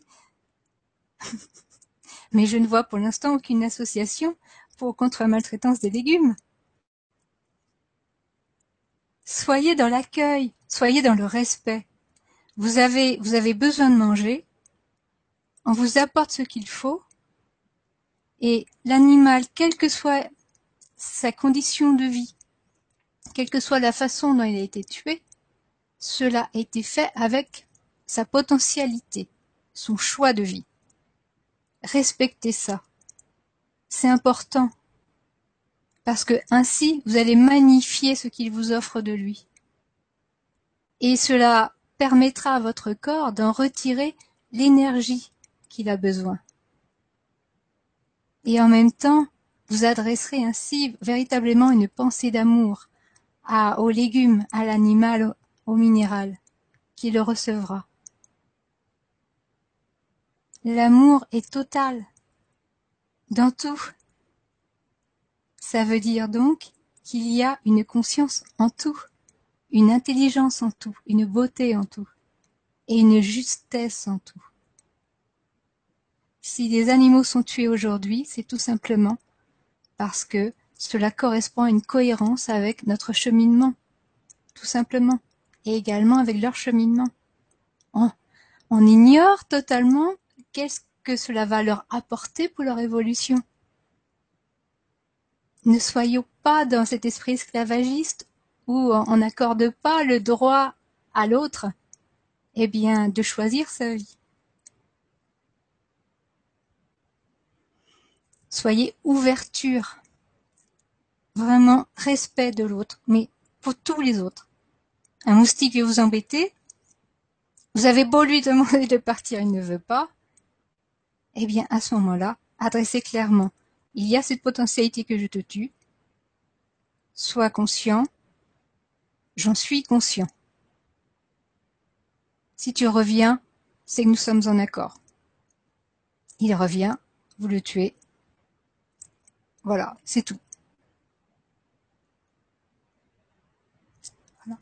Mais je ne vois pour l'instant aucune association pour contre la maltraitance des légumes. Soyez dans l'accueil, soyez dans le respect. Vous avez, vous avez besoin de manger, on vous apporte ce qu'il faut, et l'animal, quelle que soit sa condition de vie, quelle que soit la façon dont il a été tué, cela a été fait avec sa potentialité, son choix de vie. Respectez ça. C'est important. Parce que ainsi, vous allez magnifier ce qu'il vous offre de lui. Et cela permettra à votre corps d'en retirer l'énergie qu'il a besoin. Et en même temps, vous adresserez ainsi véritablement une pensée d'amour à, aux légumes, à l'animal, au minéral, qui le recevra. L'amour est total, dans tout. Ça veut dire donc qu'il y a une conscience en tout, une intelligence en tout, une beauté en tout, et une justesse en tout. Si des animaux sont tués aujourd'hui, c'est tout simplement parce que cela correspond à une cohérence avec notre cheminement, tout simplement, et également avec leur cheminement. On, on ignore totalement qu'est-ce que cela va leur apporter pour leur évolution. Ne soyons pas dans cet esprit esclavagiste où on n'accorde pas le droit à l'autre, eh bien, de choisir sa vie. Soyez ouverture, vraiment respect de l'autre, mais pour tous les autres. Un moustique veut vous embêter, vous avez beau lui demander de partir, il ne veut pas, eh bien, à ce moment-là, adressez clairement, il y a cette potentialité que je te tue, sois conscient, j'en suis conscient. Si tu reviens, c'est que nous sommes en accord. Il revient, vous le tuez. Voilà, c'est tout. Voilà.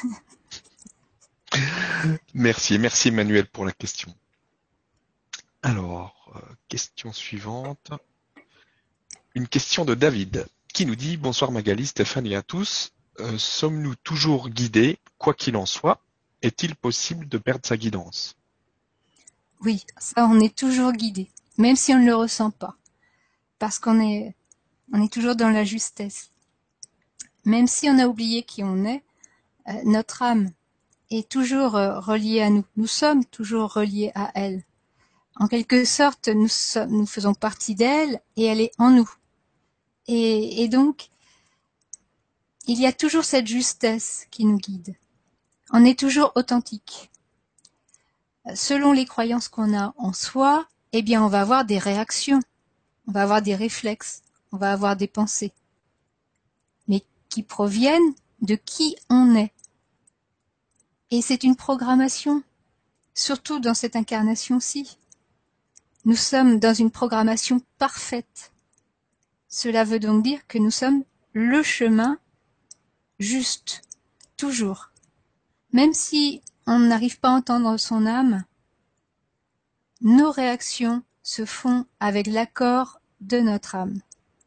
Merci, merci Emmanuel pour la question. Alors, euh, question suivante. Une question de David qui nous dit « Bonsoir Magali, Stéphane et à tous. Euh, sommes-nous toujours guidés, quoi qu'il en soit? Est-il possible de perdre sa guidance ?» Oui, ça on est toujours guidé, même si on ne le ressent pas. Parce qu'on est, on est toujours dans la justesse. Même si on a oublié qui on est, euh, notre âme est toujours euh, reliée à nous. Nous sommes toujours reliés à elle. En quelque sorte, nous, sommes, nous faisons partie d'elle et elle est en nous. Et, et donc, il y a toujours cette justesse qui nous guide. On est toujours authentique. Selon les croyances qu'on a en soi, eh bien, on va avoir des réactions, on va avoir des réflexes, on va avoir des pensées, mais qui proviennent de qui on est. Et c'est une programmation, surtout dans cette incarnation-ci. Nous sommes dans une programmation parfaite. Cela veut donc dire que nous sommes le chemin juste, toujours. Même si on n'arrive pas à entendre son âme, nos réactions se font avec l'accord de notre âme.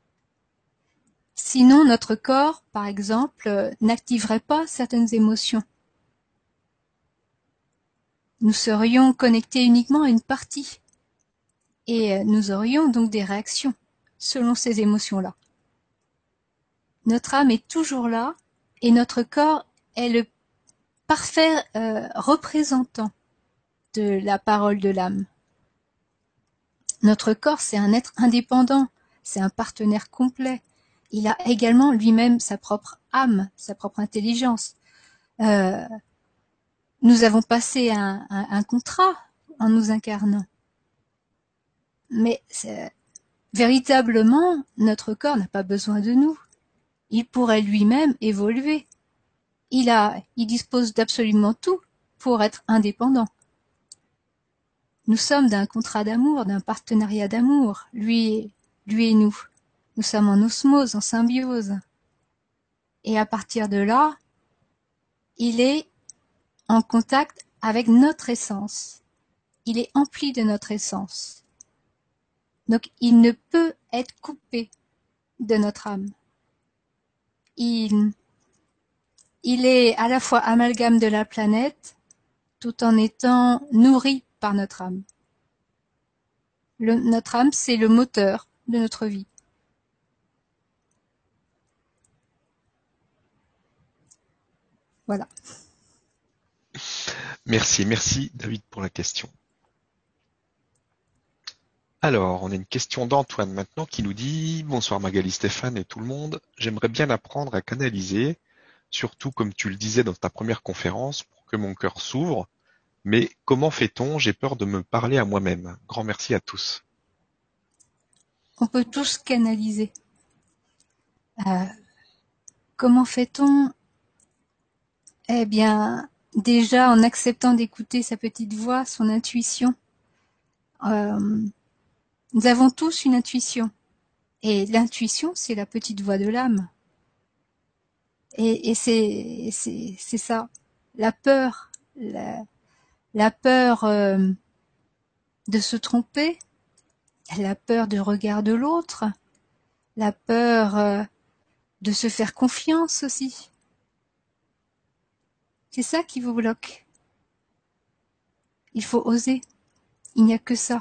Sinon, notre corps, par exemple, n'activerait pas certaines émotions. Nous serions connectés uniquement à une partie et nous aurions donc des réactions selon ces émotions-là. Notre âme est toujours là et notre corps est le parfait euh, représentant de la parole de l'âme. Notre corps, c'est un être indépendant, c'est un partenaire complet. Il a également lui-même sa propre âme, sa propre intelligence. Euh, nous avons passé un, un, un contrat en nous incarnant. Mais véritablement, notre corps n'a pas besoin de nous. Il pourrait lui-même évoluer. Il a, il dispose d'absolument tout pour être indépendant. Nous sommes d'un contrat d'amour, d'un partenariat d'amour, lui, lui et nous. Nous sommes en osmose, en symbiose. Et à partir de là, il est en contact avec notre essence. Il est empli de notre essence. Donc, il ne peut être coupé de notre âme. Il, il est à la fois amalgame de la planète, tout en étant nourri par notre âme. Le, notre âme, c'est le moteur de notre vie. Voilà. Merci, merci David pour la question. Alors, on a une question d'Antoine maintenant qui nous dit « Bonsoir Magali, Stéphane et tout le monde. J'aimerais bien apprendre à canaliser, surtout comme tu le disais dans ta première conférence, pour que mon cœur s'ouvre. Mais comment fait-on? J'ai peur de me parler à moi-même. Grand merci à tous. » On peut tous canaliser. Euh, comment fait-on? Eh bien, déjà en acceptant d'écouter sa petite voix, son intuition. Euh, nous avons tous une intuition. Et l'intuition, c'est la petite voix de l'âme. Et, et c'est, c'est, c'est ça. La peur, la, la peur euh, de se tromper, la peur du regard de l'autre, la peur euh, de se faire confiance aussi. C'est ça qui vous bloque. Il faut oser. Il n'y a que ça.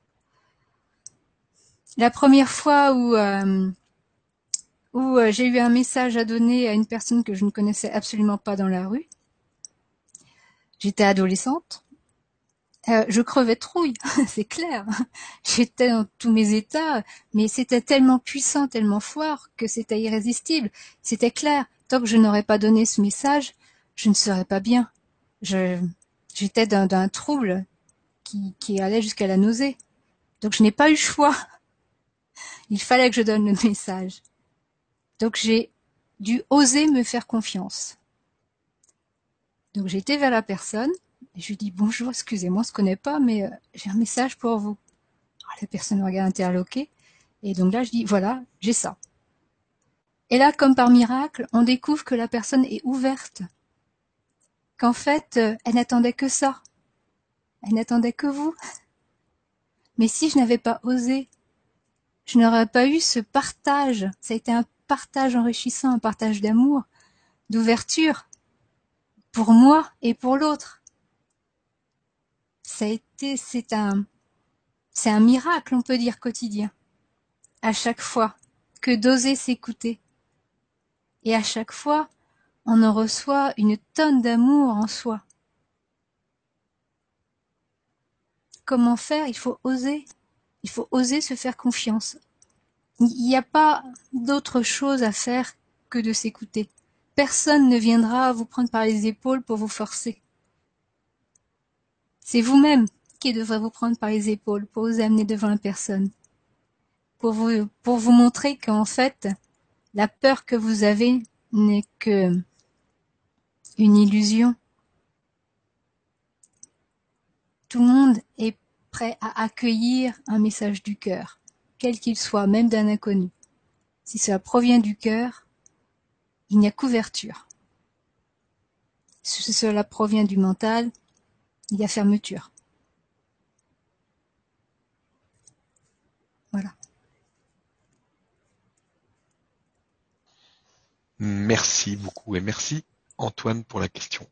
La première fois où, euh, où euh, j'ai eu un message à donner à une personne que je ne connaissais absolument pas dans la rue, j'étais adolescente, euh, je crevais de trouille, c'est clair. J'étais dans tous mes états, mais c'était tellement puissant, tellement fort que c'était irrésistible. C'était clair. Tant que je n'aurais pas donné ce message, je ne serais pas bien. Je, j'étais dans, dans un trouble qui, qui allait jusqu'à la nausée. Donc je n'ai pas eu le choix. Il fallait que je donne le message. Donc j'ai dû oser me faire confiance. Donc j'ai été vers la personne et je lui dis bonjour, excusez-moi, on se connaît pas, mais euh, j'ai un message pour vous. Alors, la personne me regarde interloquée et donc là je dis voilà, j'ai ça. Et là, comme par miracle, on découvre que la personne est ouverte, qu'en fait euh, elle n'attendait que ça, elle n'attendait que vous. Mais si je n'avais pas osé, je n'aurais pas eu ce partage. Ça a été un partage enrichissant, un partage d'amour, d'ouverture, pour moi et pour l'autre. Ça a été, c'est un, c'est un miracle, on peut dire, quotidien. À chaque fois, que d'oser s'écouter. Et à chaque fois, on en reçoit une tonne d'amour en soi. Comment faire? Il faut oser. Il faut oser se faire confiance. Il n'y a pas d'autre chose à faire que de s'écouter. Personne ne viendra vous prendre par les épaules pour vous forcer. C'est vous-même qui devrez vous prendre par les épaules pour vous amener devant la personne. Pour vous, pour vous montrer qu'en fait, la peur que vous avez n'est que une illusion. Tout le monde est prêt à accueillir un message du cœur, quel qu'il soit, même d'un inconnu. Si cela provient du cœur, il n'y a qu'ouverture. Si cela provient du mental, il y a fermeture. Voilà. Merci beaucoup et merci Antoine pour la question.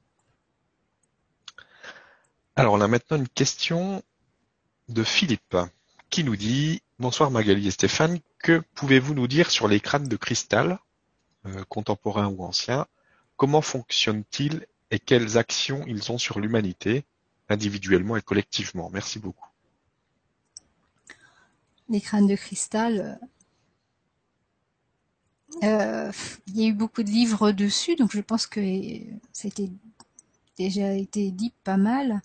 Alors on a maintenant une question de Philippe qui nous dit « Bonsoir Magali et Stéphane, que pouvez-vous nous dire sur les crânes de cristal, euh, contemporains ou anciens? Comment fonctionnent-ils et quelles actions ils ont sur l'humanité, individuellement et collectivement? Merci beaucoup. » Les crânes de cristal, euh, il y a eu beaucoup de livres dessus, donc je pense que ça a été, déjà été dit pas mal.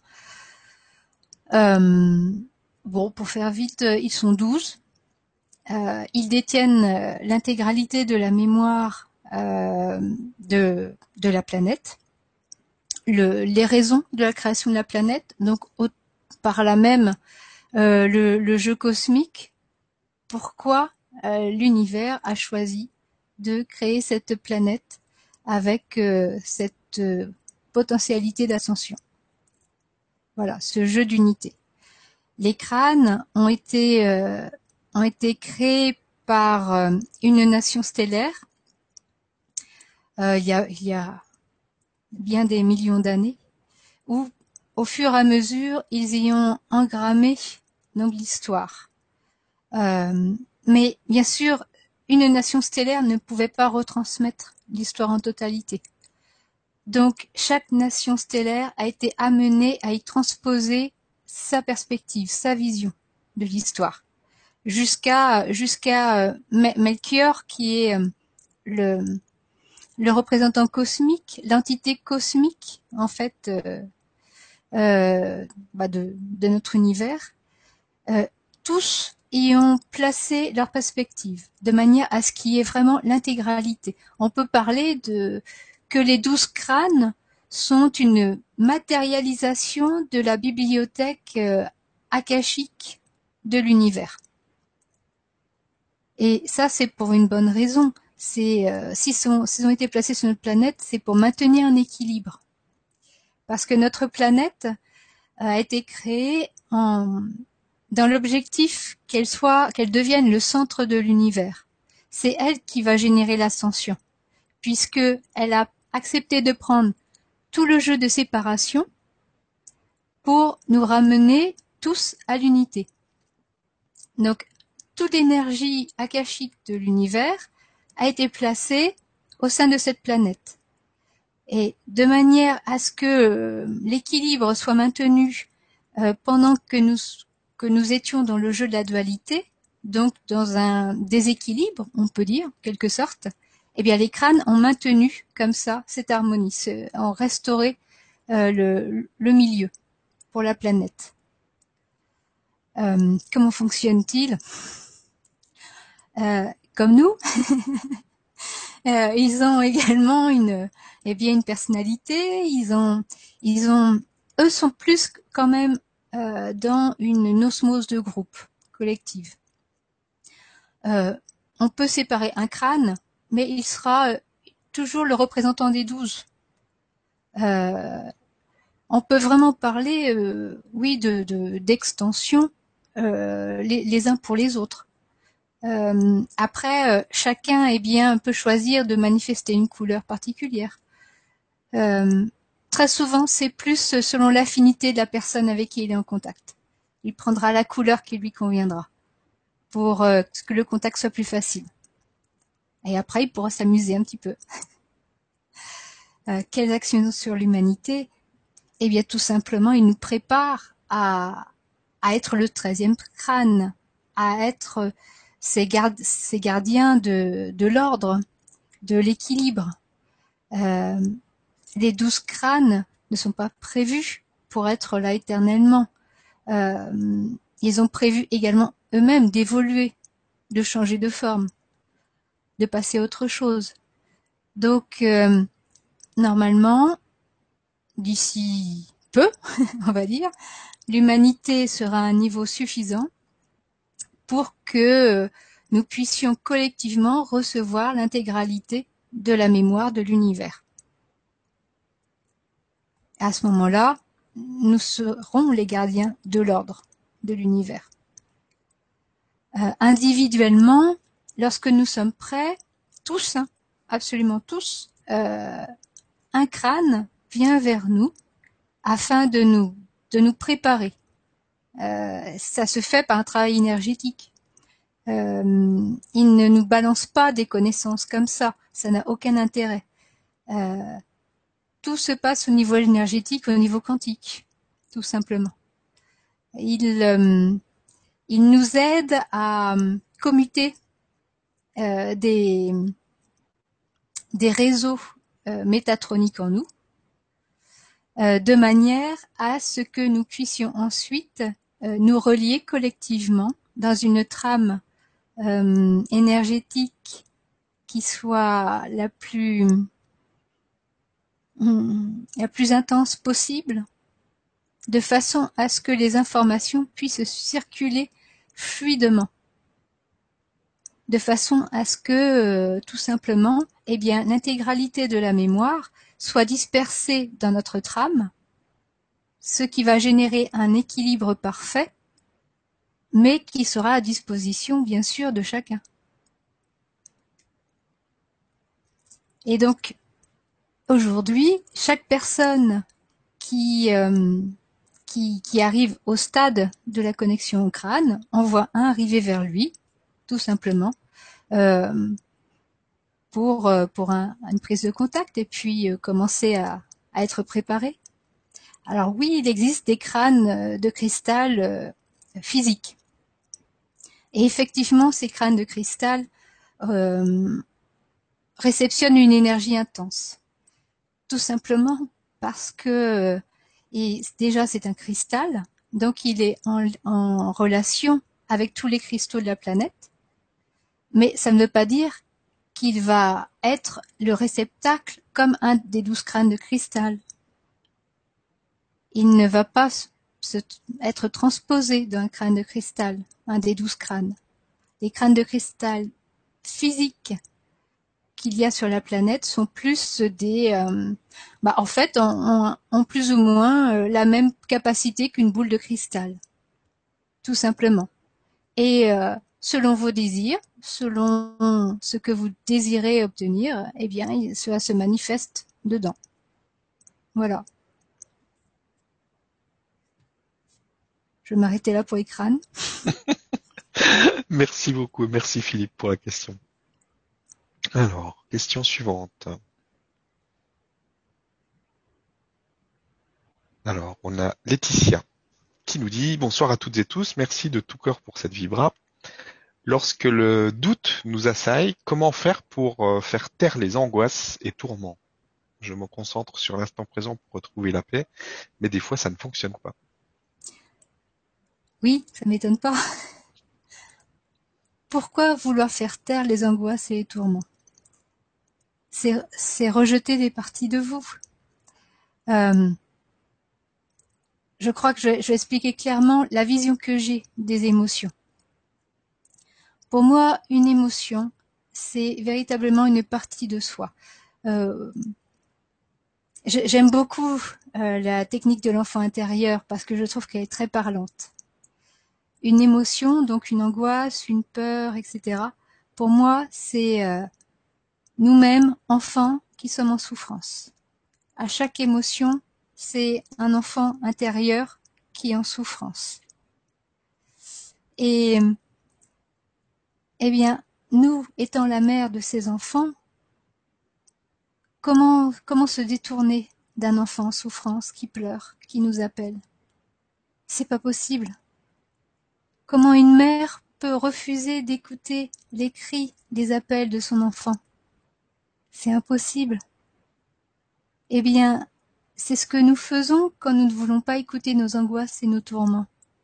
Euh, bon, pour faire vite, ils sont douze. Euh, ils détiennent euh, l'intégralité de la mémoire euh, de, de la planète, le, les raisons de la création de la planète, donc au, par là même euh, le, le jeu cosmique, pourquoi euh, l'univers a choisi de créer cette planète avec euh, cette euh, potentialité d'ascension. Voilà, ce jeu d'unité. Les crânes ont été euh, ont été créés par euh, une nation stellaire euh, il y a, il y a bien des millions d'années, où au fur et à mesure ils y ont engrammé donc l'histoire. Euh, mais bien sûr, une nation stellaire ne pouvait pas retransmettre l'histoire en totalité. Donc chaque nation stellaire a été amenée à y transposer sa perspective, sa vision de l'histoire, jusqu'à jusqu'à euh, Melchior qui est euh, le le représentant cosmique, l'entité cosmique en fait euh, euh, bah de, de notre univers. Euh, tous y ont placé leur perspective de manière à ce qu'il y ait vraiment l'intégralité. On peut parler de que les douze crânes sont une matérialisation de la bibliothèque euh, akashique de l'univers. Et ça, c'est pour une bonne raison. C'est euh, s'ils sont, s'ils ont été placés sur notre planète, c'est pour maintenir un équilibre. Parce que notre planète a été créée en, dans l'objectif qu'elle soit, qu'elle devienne le centre de l'univers. C'est elle qui va générer l'ascension, puisque elle a accepté de prendre tout le jeu de séparation pour nous ramener tous à l'unité. Donc, toute l'énergie akashique de l'univers a été placée au sein de cette planète. Et de manière à ce que euh, l'équilibre soit maintenu euh, pendant que nous, que nous étions dans le jeu de la dualité, donc dans un déséquilibre, on peut dire, en quelque sorte, eh bien les crânes ont maintenu comme ça cette harmonie, ont restauré euh, le, le milieu pour la planète. Euh, comment fonctionne-t-il? euh, Comme nous, euh, ils ont également une, eh bien, une personnalité. Ils ont, ils ont, eux sont plus quand même euh, dans une osmose de groupe collective. Euh, on peut séparer un crâne, mais il sera euh, toujours le représentant des douze. Euh, on peut vraiment parler, euh, oui, de, de, d'extension euh, les, les uns pour les autres. Euh, après, euh, chacun eh bien, peut choisir de manifester une couleur particulière. Euh, très souvent, c'est plus selon l'affinité de la personne avec qui il est en contact. Il prendra la couleur qui lui conviendra pour euh, que le contact soit plus facile. Et après, il pourra s'amuser un petit peu. Euh, quelles actions sur l'humanité? Eh bien, tout simplement, il nous prépare à, à être le treizième crâne, à être ces, gardes, ces gardiens de, de l'ordre, de l'équilibre. Euh, les douze crânes ne sont pas prévus pour être là éternellement. Euh, ils ont prévu également eux-mêmes d'évoluer, de changer de forme, de passer à autre chose. Donc, euh, normalement, d'ici peu, on va dire, l'humanité sera à un niveau suffisant pour que nous puissions collectivement recevoir l'intégralité de la mémoire de l'univers. À ce moment-là, nous serons les gardiens de l'ordre de l'univers. Euh, individuellement, lorsque nous sommes prêts, tous, hein, absolument tous, euh, un crâne vient vers nous afin de nous, de nous préparer. Euh, ça se fait par un travail énergétique. Euh, il ne nous balance pas des connaissances comme ça, ça n'a aucun intérêt. Euh, tout se passe au niveau énergétique, au niveau quantique, tout simplement. Il, euh, il nous aide à commuter euh, des, des réseaux euh, métatroniques en nous, euh, de manière à ce que nous puissions ensuite euh, nous relier collectivement dans une trame euh, énergétique qui soit la plus la plus intense possible, de façon à ce que les informations puissent circuler fluidement, de façon à ce que euh, tout simplement, eh bien, l'intégralité de la mémoire soit dispersée dans notre trame, ce qui va générer un équilibre parfait, mais qui sera à disposition, bien sûr, de chacun. Et donc, aujourd'hui, chaque personne qui, euh, qui, qui arrive au stade de la connexion au crâne envoie un arriver vers lui, tout simplement, euh, pour, pour un, une prise de contact et puis euh, commencer à, à être préparé. Alors oui, il existe des crânes de cristal euh, physiques. Et effectivement, ces crânes de cristal euh, réceptionnent une énergie intense. Tout simplement parce que et déjà c'est un cristal, donc il est en, en relation avec tous les cristaux de la planète, mais ça ne veut pas dire qu'il va être le réceptacle comme un des douze crânes de cristal. Il ne va pas se, être transposé d'un crâne de cristal, un des douze crânes. les crânes de cristal physiques qu'il y a sur la planète sont plus des, euh, bah, en fait, ont, ont plus ou moins euh, la même capacité qu'une boule de cristal, tout simplement. Et euh, selon vos désirs, selon ce que vous désirez obtenir, eh bien, cela se manifeste dedans. Voilà. Je vais m'arrêter là pour les crânes. Merci beaucoup, merci Philippe pour la question. Alors, question suivante. Alors, on a Laetitia qui nous dit bonsoir à toutes et tous, merci de tout cœur pour cette vibra. Lorsque le doute nous assaille, comment faire pour euh, faire taire les angoisses et tourments? Je me concentre sur l'instant présent pour retrouver la paix, mais des fois ça ne fonctionne pas. Oui, ça m'étonne pas. Pourquoi vouloir faire taire les angoisses et les tourments? C'est, c'est rejeter des parties de vous. Euh, je crois que je vais, je vais expliquer clairement la vision que j'ai des émotions. Pour moi, une émotion, c'est véritablement une partie de soi. Euh, j'aime beaucoup euh, la technique de l'enfant intérieur parce que je trouve qu'elle est très parlante. Une émotion, donc une angoisse, une peur, et cetera. Pour moi, c'est euh, nous-mêmes, enfants, qui sommes en souffrance. À chaque émotion, c'est un enfant intérieur qui est en souffrance. Et, eh bien, nous, étant la mère de ces enfants, comment, comment se détourner d'un enfant en souffrance qui pleure, qui nous appelle? C'est pas possible. Comment une mère peut refuser d'écouter les cris, les appels de son enfant? C'est impossible. Eh bien, c'est ce que nous faisons quand nous ne voulons pas écouter nos angoisses et nos tourments.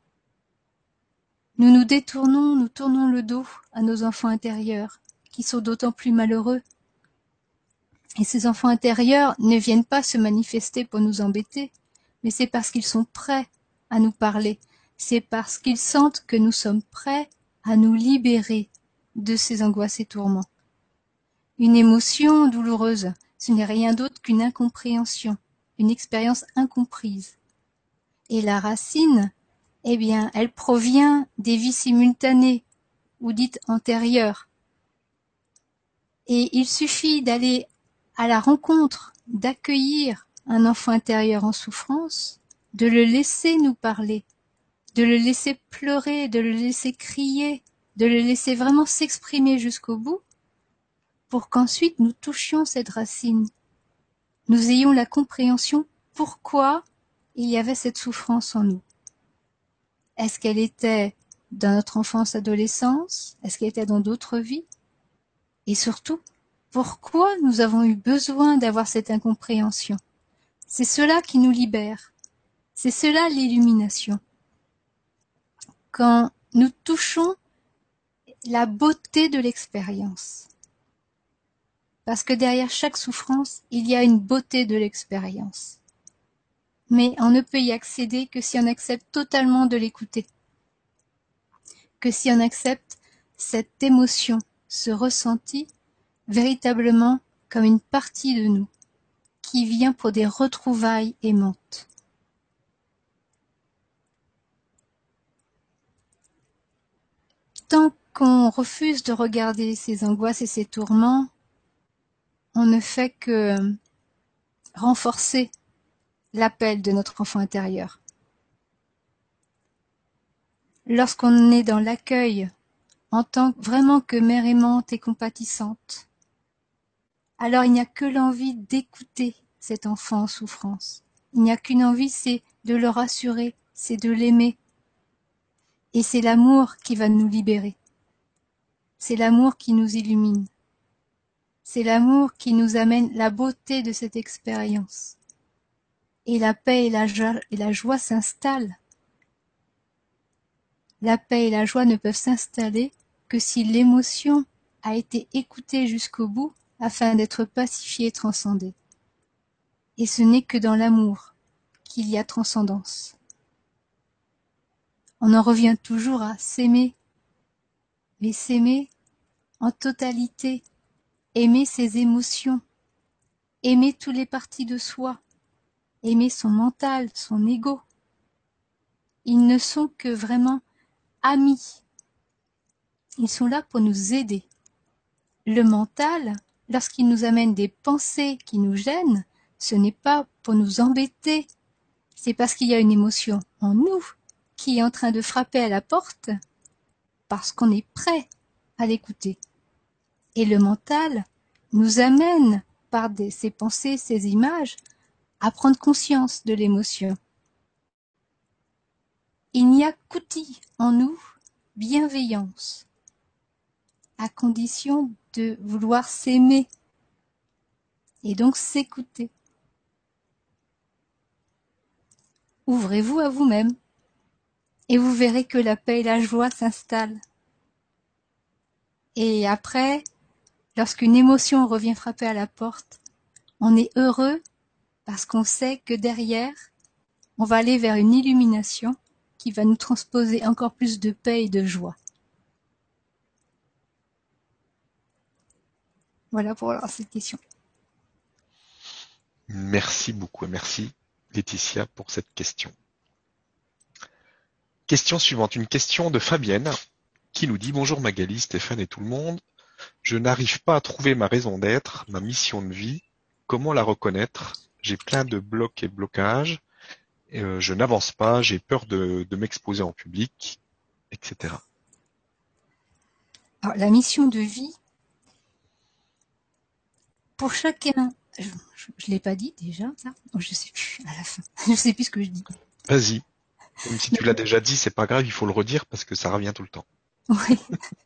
Nous nous détournons, nous tournons le dos à nos enfants intérieurs, qui sont d'autant plus malheureux. Et ces enfants intérieurs ne viennent pas se manifester pour nous embêter, mais c'est parce qu'ils sont prêts à nous parler. C'est parce qu'ils sentent que nous sommes prêts à nous libérer de ces angoisses et tourments. Une émotion douloureuse, ce n'est rien d'autre qu'une incompréhension, une expérience incomprise. Et la racine, eh bien, elle provient des vies simultanées, ou dites antérieures. Et il suffit d'aller à la rencontre, d'accueillir un enfant intérieur en souffrance, de le laisser nous parler, de le laisser pleurer, de le laisser crier, de le laisser vraiment s'exprimer jusqu'au bout, pour qu'ensuite nous touchions cette racine. Nous ayons la compréhension pourquoi il y avait cette souffrance en nous. Est-ce qu'elle était dans notre enfance-adolescence? Est-ce qu'elle était dans d'autres vies? Et surtout, pourquoi nous avons eu besoin d'avoir cette incompréhension? C'est cela qui nous libère. C'est cela l'illumination. Quand nous touchons la beauté de l'expérience. Parce que derrière chaque souffrance, il y a une beauté de l'expérience. Mais on ne peut y accéder que si on accepte totalement de l'écouter. Que si on accepte cette émotion, ce ressenti, véritablement comme une partie de nous, qui vient pour des retrouvailles aimantes. Tant qu'on refuse de regarder ces angoisses et ces tourments, on ne fait que renforcer l'appel de notre enfant intérieur. Lorsqu'on est dans l'accueil, en tant vraiment que mère aimante et compatissante, alors il n'y a que l'envie d'écouter cet enfant en souffrance. Il n'y a qu'une envie, c'est de le rassurer, c'est de l'aimer. Et c'est l'amour qui va nous libérer. C'est l'amour qui nous illumine. C'est l'amour qui nous amène la beauté de cette expérience. Et la paix et la joie, et la joie s'installent. La paix et la joie ne peuvent s'installer que si l'émotion a été écoutée jusqu'au bout afin d'être pacifiée et transcendée. Et ce n'est que dans l'amour qu'il y a transcendance. On en revient toujours à s'aimer mais s'aimer en totalité, aimer ses émotions, aimer toutes les parties de soi, aimer son mental, son ego. Ils ne sont que vraiment amis. Ils sont là pour nous aider. Le mental, lorsqu'il nous amène des pensées qui nous gênent, ce n'est pas pour nous embêter, c'est parce qu'il y a une émotion en nous qui est en train de frapper à la porte, parce qu'on est prêt à l'écouter. Et le mental nous amène, par des, ces pensées, ces images, à prendre conscience de l'émotion. Il n'y a qu'outil en nous, bienveillance, à condition de vouloir s'aimer et donc s'écouter. Ouvrez-vous à vous-même et vous verrez que la paix et la joie s'installent. Et après, lorsqu'une émotion revient frapper à la porte, on est heureux parce qu'on sait que derrière, on va aller vers une illumination qui va nous transposer encore plus de paix et de joie. Voilà pour cette question. Merci beaucoup et merci Laetitia pour cette question. Question suivante, une question de Fabienne qui nous dit « Bonjour Magali, Stéphane et tout le monde. Je n'arrive pas à trouver ma raison d'être, ma mission de vie. Comment la reconnaître? J'ai plein de blocs et blocages. Et euh, je n'avance pas, j'ai peur de, de m'exposer en public, et cetera » Alors, la mission de vie, pour chacun, je ne l'ai pas dit déjà, ça? Je ne sais plus, à la fin. Je ne sais plus ce que je dis. Vas-y. Même si tu l'as déjà dit, c'est pas grave, il faut le redire parce que ça revient tout le temps. Oui.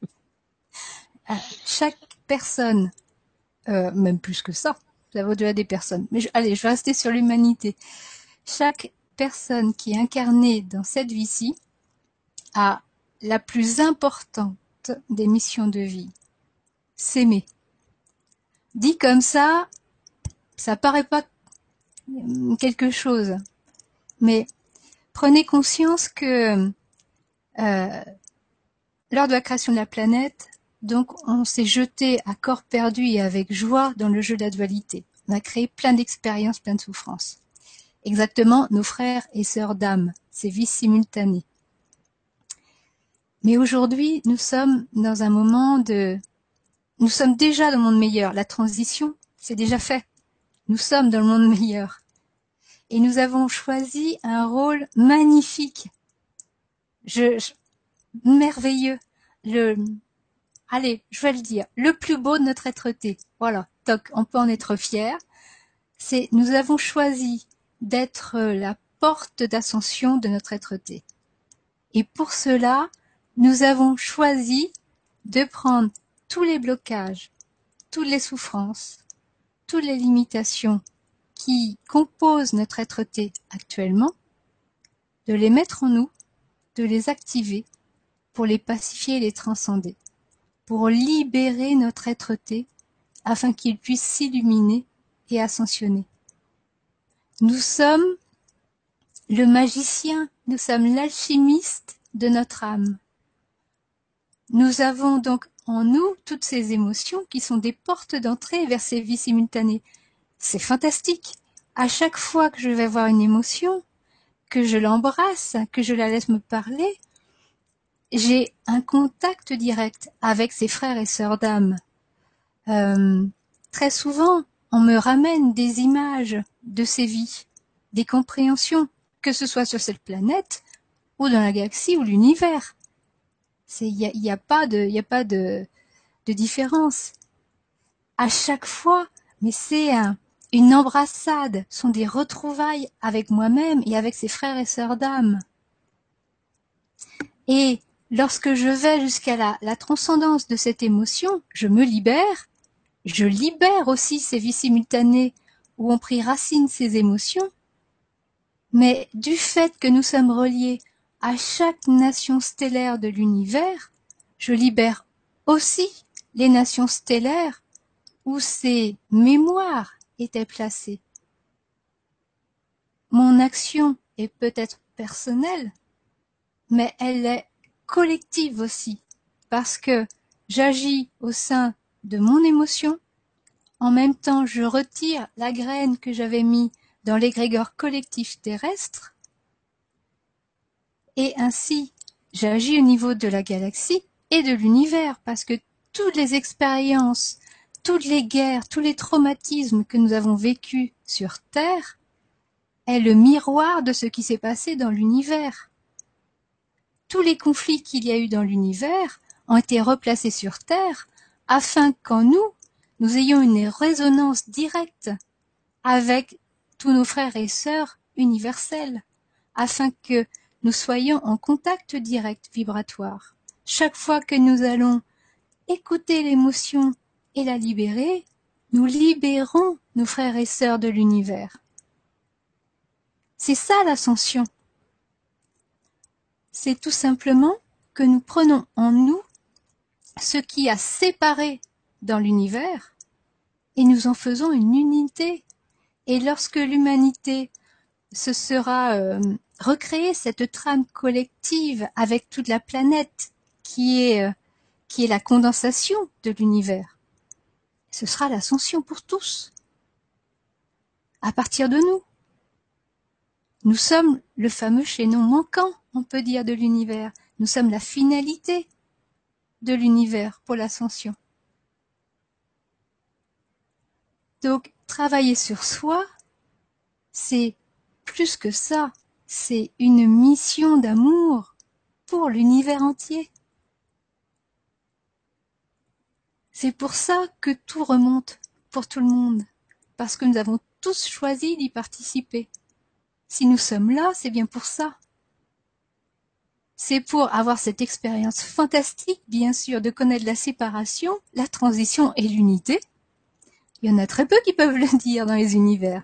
Chaque personne, euh, même plus que ça, ça va au-delà des personnes. Mais je, allez, je vais rester sur l'humanité. Chaque personne qui est incarnée dans cette vie-ci a la plus importante des missions de vie, s'aimer. Dit comme ça, ça paraît pas quelque chose, mais prenez conscience que euh, lors de la création de la planète, donc on s'est jeté à corps perdu et avec joie dans le jeu de la dualité. On a créé plein d'expériences, plein de souffrances. Exactement, nos frères et sœurs d'âme, ces vies simultanées. Mais aujourd'hui, nous sommes dans un moment de... Nous sommes déjà dans le monde meilleur. La transition, c'est déjà fait. Nous sommes dans le monde meilleur. Et nous avons choisi un rôle magnifique. Je, je, merveilleux. Le, allez, je vais le dire. Le plus beau de notre être-té. Voilà. Toc, on peut en être fier. C'est, nous avons choisi d'être la porte d'ascension de notre être-té. Et pour cela, nous avons choisi de prendre tous les blocages, toutes les souffrances, toutes les limitations qui composent notre être-té actuellement, de les mettre en nous, de les activer pour les pacifier et les transcender, pour libérer notre être-té afin qu'il puisse s'illuminer et ascensionner. Nous sommes le magicien, nous sommes l'alchimiste de notre âme. Nous avons donc en nous toutes ces émotions qui sont des portes d'entrée vers ces vies simultanées. C'est fantastique. À chaque fois que je vais voir une émotion, que je l'embrasse, que je la laisse me parler, j'ai un contact direct avec ses frères et sœurs d'âme. Euh, très souvent, on me ramène des images de ces vies, des compréhensions, que ce soit sur cette planète ou dans la galaxie ou l'univers. Il n'y a, y a pas de, y a pas de, de différence. À chaque fois, mais c'est un, une embrassade, sont des retrouvailles avec moi-même et avec ses frères et sœurs d'âme. Et lorsque je vais jusqu'à la, la transcendance de cette émotion, je me libère, je libère aussi ces vies simultanées où ont pris racine ces émotions, mais du fait que nous sommes reliés à chaque nation stellaire de l'univers, je libère aussi les nations stellaires où ces mémoires étaient placées. Mon action est peut-être personnelle, mais elle est collective aussi. parce que j'agis au sein de mon émotion. En même temps, je retire la graine que j'avais mise dans l'égrégore collectif terrestre. Et ainsi, j'agis au niveau de la galaxie et de l'univers, parce que toutes les expériences, toutes les guerres, tous les traumatismes que nous avons vécus sur Terre est le miroir de ce qui s'est passé dans l'univers. Tous les conflits qu'il y a eu dans l'univers ont été replacés sur Terre afin qu'en nous, nous ayons une résonance directe avec tous nos frères et sœurs universels, afin que nous soyons en contact direct vibratoire. Chaque fois que nous allons écouter l'émotion et la libérer, nous libérons nos frères et sœurs de l'univers. C'est ça l'ascension. C'est tout simplement que nous prenons en nous ce qui a séparé dans l'univers et nous en faisons une unité. Et lorsque l'humanité se sera euh, recréée, cette trame collective avec toute la planète qui est, euh, qui est la condensation de l'univers, ce sera l'ascension pour tous. À partir de nous. Nous sommes le fameux chaînon manquant, on peut dire, de l'univers. Nous sommes la finalité de l'univers pour l'ascension. Donc, travailler sur soi, c'est plus que ça. C'est une mission d'amour pour l'univers entier. C'est pour ça que tout remonte pour tout le monde, parce que nous avons tous choisi d'y participer. Si nous sommes là, c'est bien pour ça. C'est pour avoir cette expérience fantastique, bien sûr, de connaître la séparation, la transition et l'unité. Il y en a très peu qui peuvent le dire dans les univers.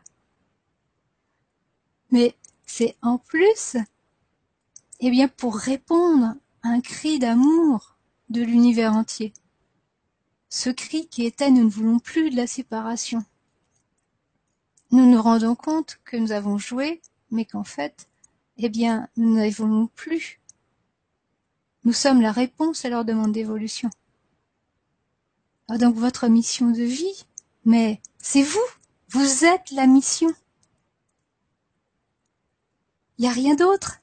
Mais c'est en plus, eh bien, pour répondre à un cri d'amour de l'univers entier. Ce cri qui était « nous ne voulons plus de la séparation ». Nous nous rendons compte que nous avons joué, mais qu'en fait, eh bien, nous n'évoluons plus. Nous sommes la réponse à leur demande d'évolution. Ah, donc votre mission de vie, mais c'est vous, vous êtes la mission. Il n'y a rien d'autre.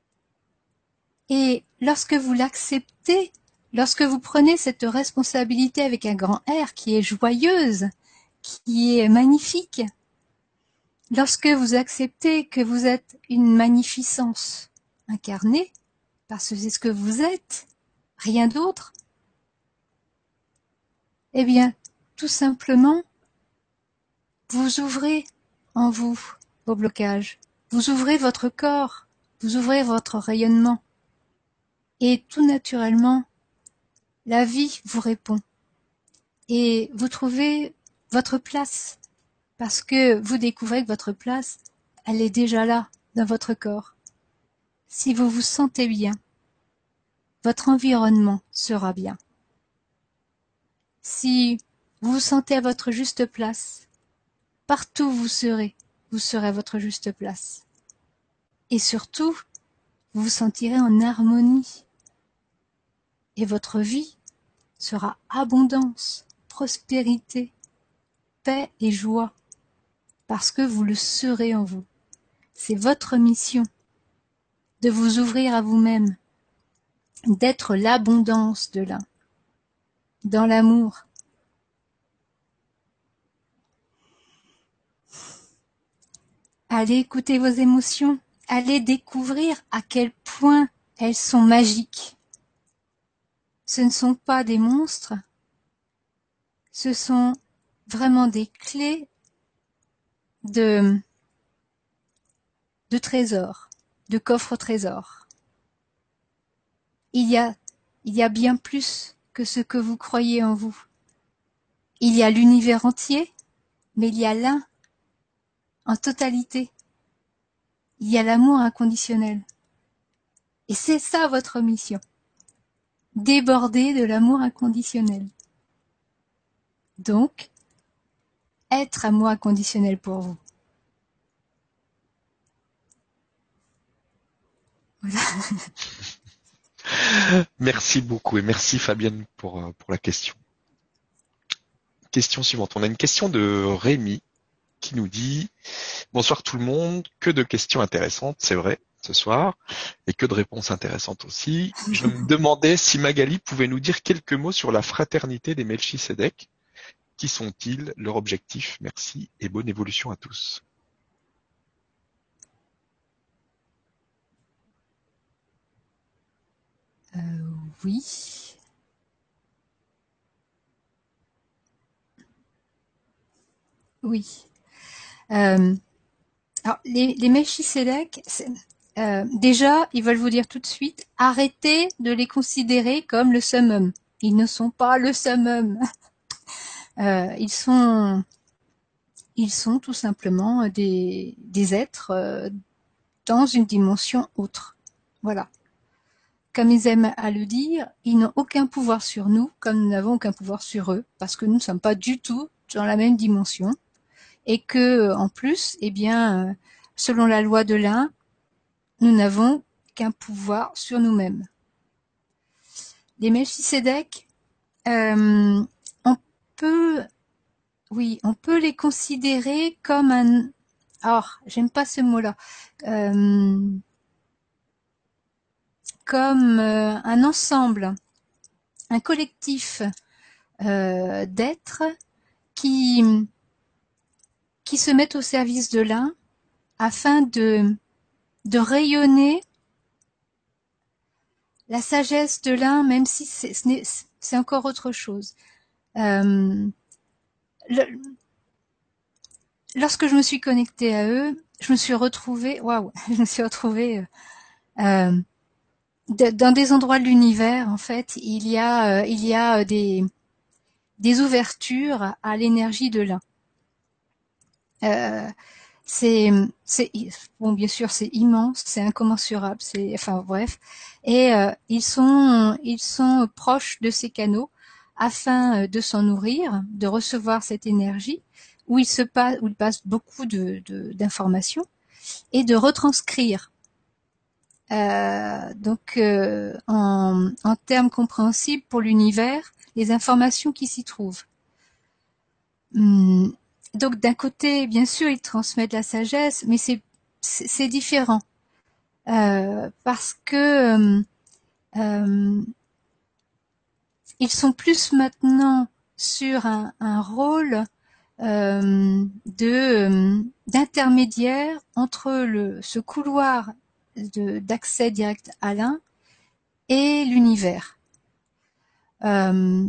Et lorsque vous l'acceptez, lorsque vous prenez cette responsabilité avec un grand R qui est joyeuse, qui est magnifique, lorsque vous acceptez que vous êtes une magnificence incarnée, parce que c'est ce que vous êtes, rien d'autre, eh bien, tout simplement, vous ouvrez en vous vos blocages, vous ouvrez votre corps, vous ouvrez votre rayonnement, et tout naturellement, la vie vous répond, et vous trouvez votre place, parce que vous découvrez que votre place, elle est déjà là, dans votre corps. Si vous vous sentez bien, votre environnement sera bien. Si vous vous sentez à votre juste place, partout où vous serez, vous serez à votre juste place. Et surtout, vous vous sentirez en harmonie. Et votre vie sera abondance, prospérité, paix et joie, parce que vous le serez en vous. C'est votre mission de vous ouvrir à vous-même, d'être l'abondance de l'un, dans l'amour. Allez écouter vos émotions, allez découvrir à quel point elles sont magiques. Ce ne sont pas des monstres, ce sont vraiment des clés de, de trésors, de coffres au trésor. Il y a, il y a bien plus que ce que vous croyez en vous. Il y a l'univers entier, mais il y a l'un en totalité. Il y a l'amour inconditionnel. Et c'est ça votre mission. Déborder de l'amour inconditionnel. Donc, être amour inconditionnel pour vous. Voilà. Merci beaucoup et merci Fabienne pour, euh, pour la question. Question suivante. On a une question de Rémi qui nous dit bonsoir tout le monde, que de questions intéressantes, c'est vrai, ce soir, et que de réponses intéressantes aussi. Je me demandais si Magali pouvait nous dire quelques mots sur la fraternité des Melchisédek. Qui sont-ils? Leur objectif? Merci et bonne évolution à tous. Euh, oui. Oui. Euh, alors, les, les Melchisédek, euh, déjà, ils veulent vous dire tout de suite, arrêtez de les considérer comme le summum. Ils ne sont pas le summum. Euh, ils sont, ils sont tout simplement des, des êtres euh, dans une dimension autre. Voilà. Comme ils aiment à le dire, ils n'ont aucun pouvoir sur nous, comme nous n'avons aucun pouvoir sur eux, parce que nous ne sommes pas du tout dans la même dimension, et que, en plus, eh bien, selon la loi de l'un, nous n'avons qu'un pouvoir sur nous-mêmes. Les Melchisédek, euh, on peut, oui, on peut les considérer comme un, oh, j'aime pas ce mot-là, euh, comme euh, un ensemble, un collectif euh, d'êtres qui, qui se mettent au service de l'un afin de, de rayonner la sagesse de l'un, même si c'est, c'est encore autre chose. Euh, le, lorsque je me suis connectée à eux, je me suis retrouvée, waouh, je me suis retrouvée euh, de, dans des endroits de l'univers. En fait, il y a, euh, il y a des, des ouvertures à l'énergie de l'un. Euh, c'est, c'est, bon, bien sûr, c'est immense, c'est incommensurable, c'est, enfin, bref. Et euh, ils sont, ils sont proches de ces canaux afin de s'en nourrir, de recevoir cette énergie où il se passe, où il passe beaucoup de, de, d'informations et de retranscrire. Euh, donc, euh, en, en termes compréhensibles pour l'univers, les informations qui s'y trouvent. Hum, donc d'un côté, bien sûr, ils transmettent la sagesse, mais c'est c'est, c'est différent euh, parce que euh, ils sont plus maintenant sur un, un rôle euh, de d'intermédiaire entre le ce couloir de, d'accès direct à l'un et l'univers. Euh,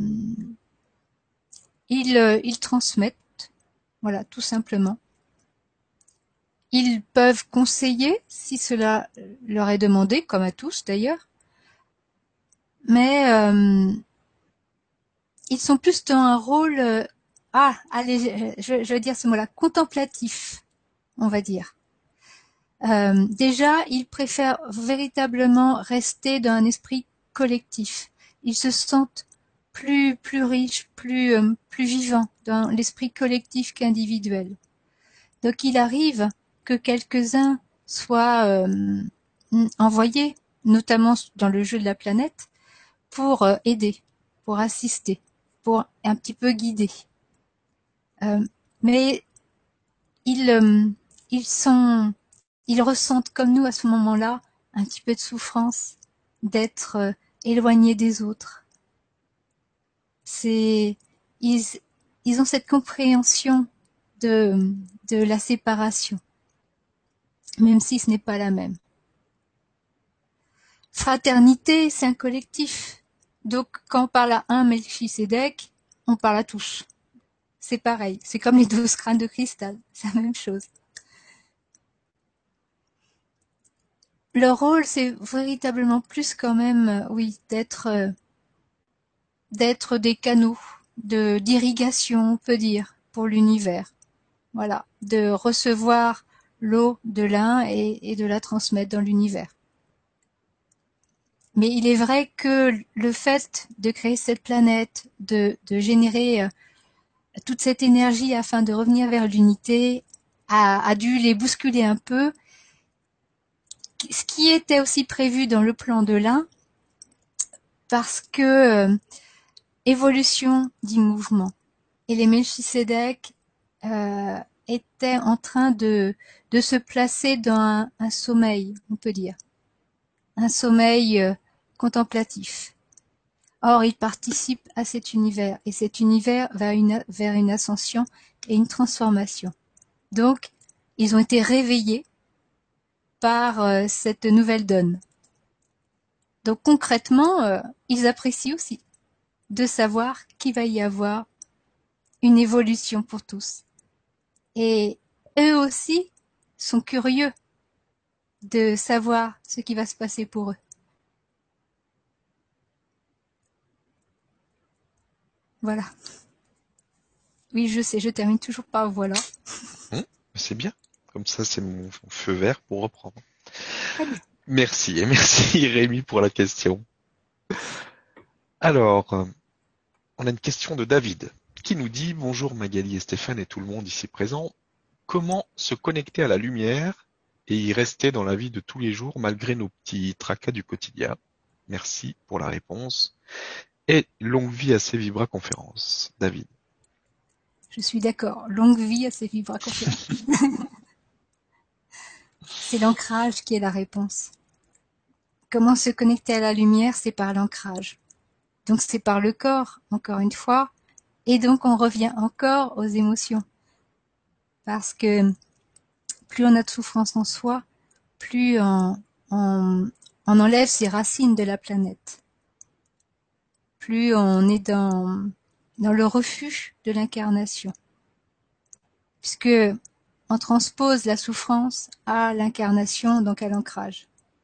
ils, ils transmettent, voilà, tout simplement. Ils peuvent conseiller si cela leur est demandé, comme à tous d'ailleurs, mais euh, ils sont plus dans un rôle, euh, ah, allez, je, je vais dire ce mot-là, contemplatif, on va dire. Euh, déjà, ils préfèrent véritablement rester dans un esprit collectif. Ils se sentent plus plus riches, plus euh, plus vivants dans l'esprit collectif qu'individuel. Donc, il arrive que quelques-uns soient euh, envoyés, notamment dans le jeu de la planète, pour euh, aider, pour assister, pour un petit peu guider. Euh, mais ils, euh, ils sont, ils ressentent comme nous à ce moment-là un petit peu de souffrance d'être euh, éloignés des autres. C'est, ils, ils ont cette compréhension de, de la séparation, même si ce n'est pas la même. Fraternité, c'est un collectif. Donc, quand on parle à un Melchisédek, on parle à tous. C'est pareil. C'est comme les douze crânes de cristal. C'est la même chose. Leur rôle, c'est véritablement plus quand même, euh, oui, d'être, euh, d'être des canaux de, d'irrigation, on peut dire, pour l'univers. Voilà. De recevoir l'eau de l'un et, et de la transmettre dans l'univers. Mais il est vrai que le fait de créer cette planète, de, de générer euh, toute cette énergie afin de revenir vers l'unité, a, a dû les bousculer un peu. Ce qui était aussi prévu dans le plan de l'un parce que euh, évolution dit mouvement. Et les Melchisédek euh, étaient en train de, de se placer dans un, un sommeil, on peut dire. Un sommeil euh, contemplatif. Or, ils participent à cet univers, et cet univers va une, vers une ascension et une transformation. Donc, ils ont été réveillés par euh, cette nouvelle donne. Donc, concrètement, euh, ils apprécient aussi de savoir qu'il va y avoir une évolution pour tous. Et eux aussi sont curieux de savoir ce qui va se passer pour eux. Voilà. Oui, je sais, je termine toujours par voilà. Hum, c'est bien. Comme ça, c'est mon feu vert pour reprendre. Très bien. Merci et merci Rémi pour la question. Alors, euh, on a une question de David qui nous dit bonjour Magali et Stéphane et tout le monde ici présent. Comment se connecter à la lumière et y rester dans la vie de tous les jours malgré nos petits tracas du quotidien? Merci pour la réponse. Et longue vie à ces Vibra conférences, David. Je suis d'accord. Longue vie à ces Vibra conférences. C'est l'ancrage qui est la réponse. Comment se connecter à la lumière? C'est par l'ancrage. Donc c'est par le corps, encore une fois. Et donc on revient encore aux émotions. Parce que plus on a de souffrance en soi, plus on, on, on enlève ces racines de la planète. Plus on est dans, dans le refus de l'incarnation. Puisque on transpose la souffrance à l'incarnation, donc à l'ancrage.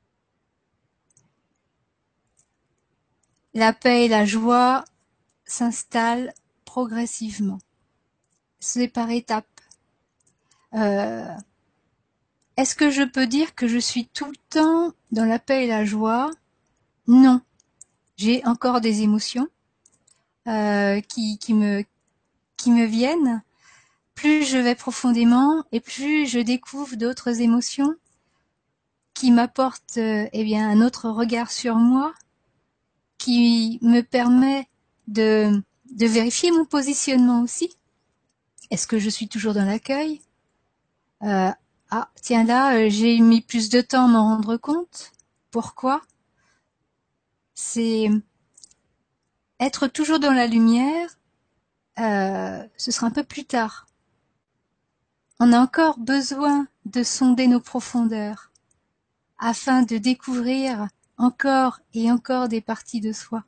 La paix et la joie s'installent progressivement. C'est par étapes. Euh, est-ce que je peux dire que je suis tout le temps dans la paix et la joie? Non. J'ai encore des émotions euh, qui, qui, me, qui me viennent. Plus je vais profondément et plus je découvre d'autres émotions qui m'apportent euh, eh bien, un autre regard sur moi, qui me permet de, de vérifier mon positionnement aussi. Est-ce que je suis toujours dans l'accueil? euh, Ah, tiens là, euh, j'ai mis plus de temps à m'en rendre compte. Pourquoi? C'est être toujours dans la lumière, euh, ce sera un peu plus tard. On a encore besoin de sonder nos profondeurs afin de découvrir encore et encore des parties de soi.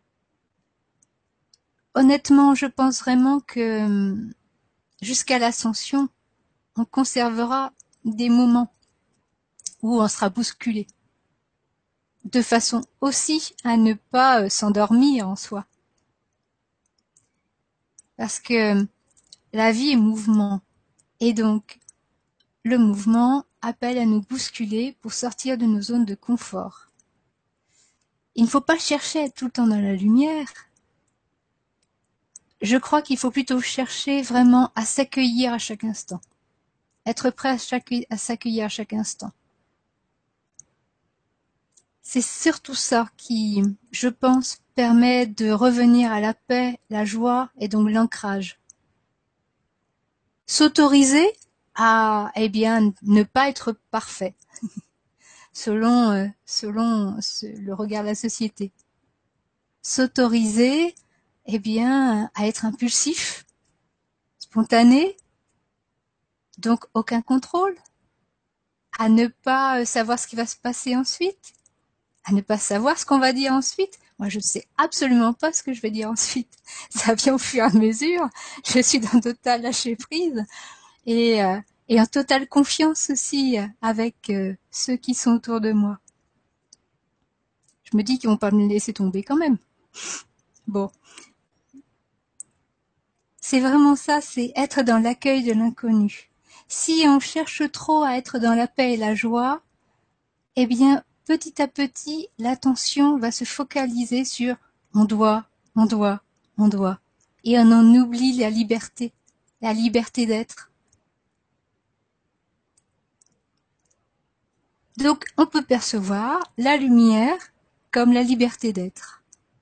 Honnêtement, je pense vraiment que jusqu'à l'ascension, on conservera des moments où on sera bousculé, de façon aussi à ne pas s'endormir en soi. Parce que la vie est mouvement, et donc le mouvement appelle à nous bousculer pour sortir de nos zones de confort. Il ne faut pas chercher à être tout le temps dans la lumière. Je crois qu'il faut plutôt chercher vraiment à s'accueillir à chaque instant. Être prêt à, chaque, à s'accueillir à chaque instant. C'est surtout ça qui, je pense, permet de revenir à la paix, la joie et donc l'ancrage. S'autoriser à, eh bien, ne pas être parfait, selon, euh, selon le regard de la société. S'autoriser, eh bien, à être impulsif, spontané, donc aucun contrôle, à ne pas savoir ce qui va se passer ensuite, à ne pas savoir ce qu'on va dire ensuite. Moi, je ne sais absolument pas ce que je vais dire ensuite. Ça vient au fur et à mesure. Je suis dans total lâcher prise et, euh, et en totale confiance aussi avec euh, ceux qui sont autour de moi. Je me dis qu'ils vont pas me laisser tomber quand même. Bon. C'est vraiment ça, c'est être dans l'accueil de l'inconnu. Si on cherche trop à être dans la paix et la joie, eh bien, petit à petit, l'attention va se focaliser sur on doit, on doit, on doit. Et on en oublie la liberté, la liberté d'être. Donc, on peut percevoir la lumière comme la liberté d'être.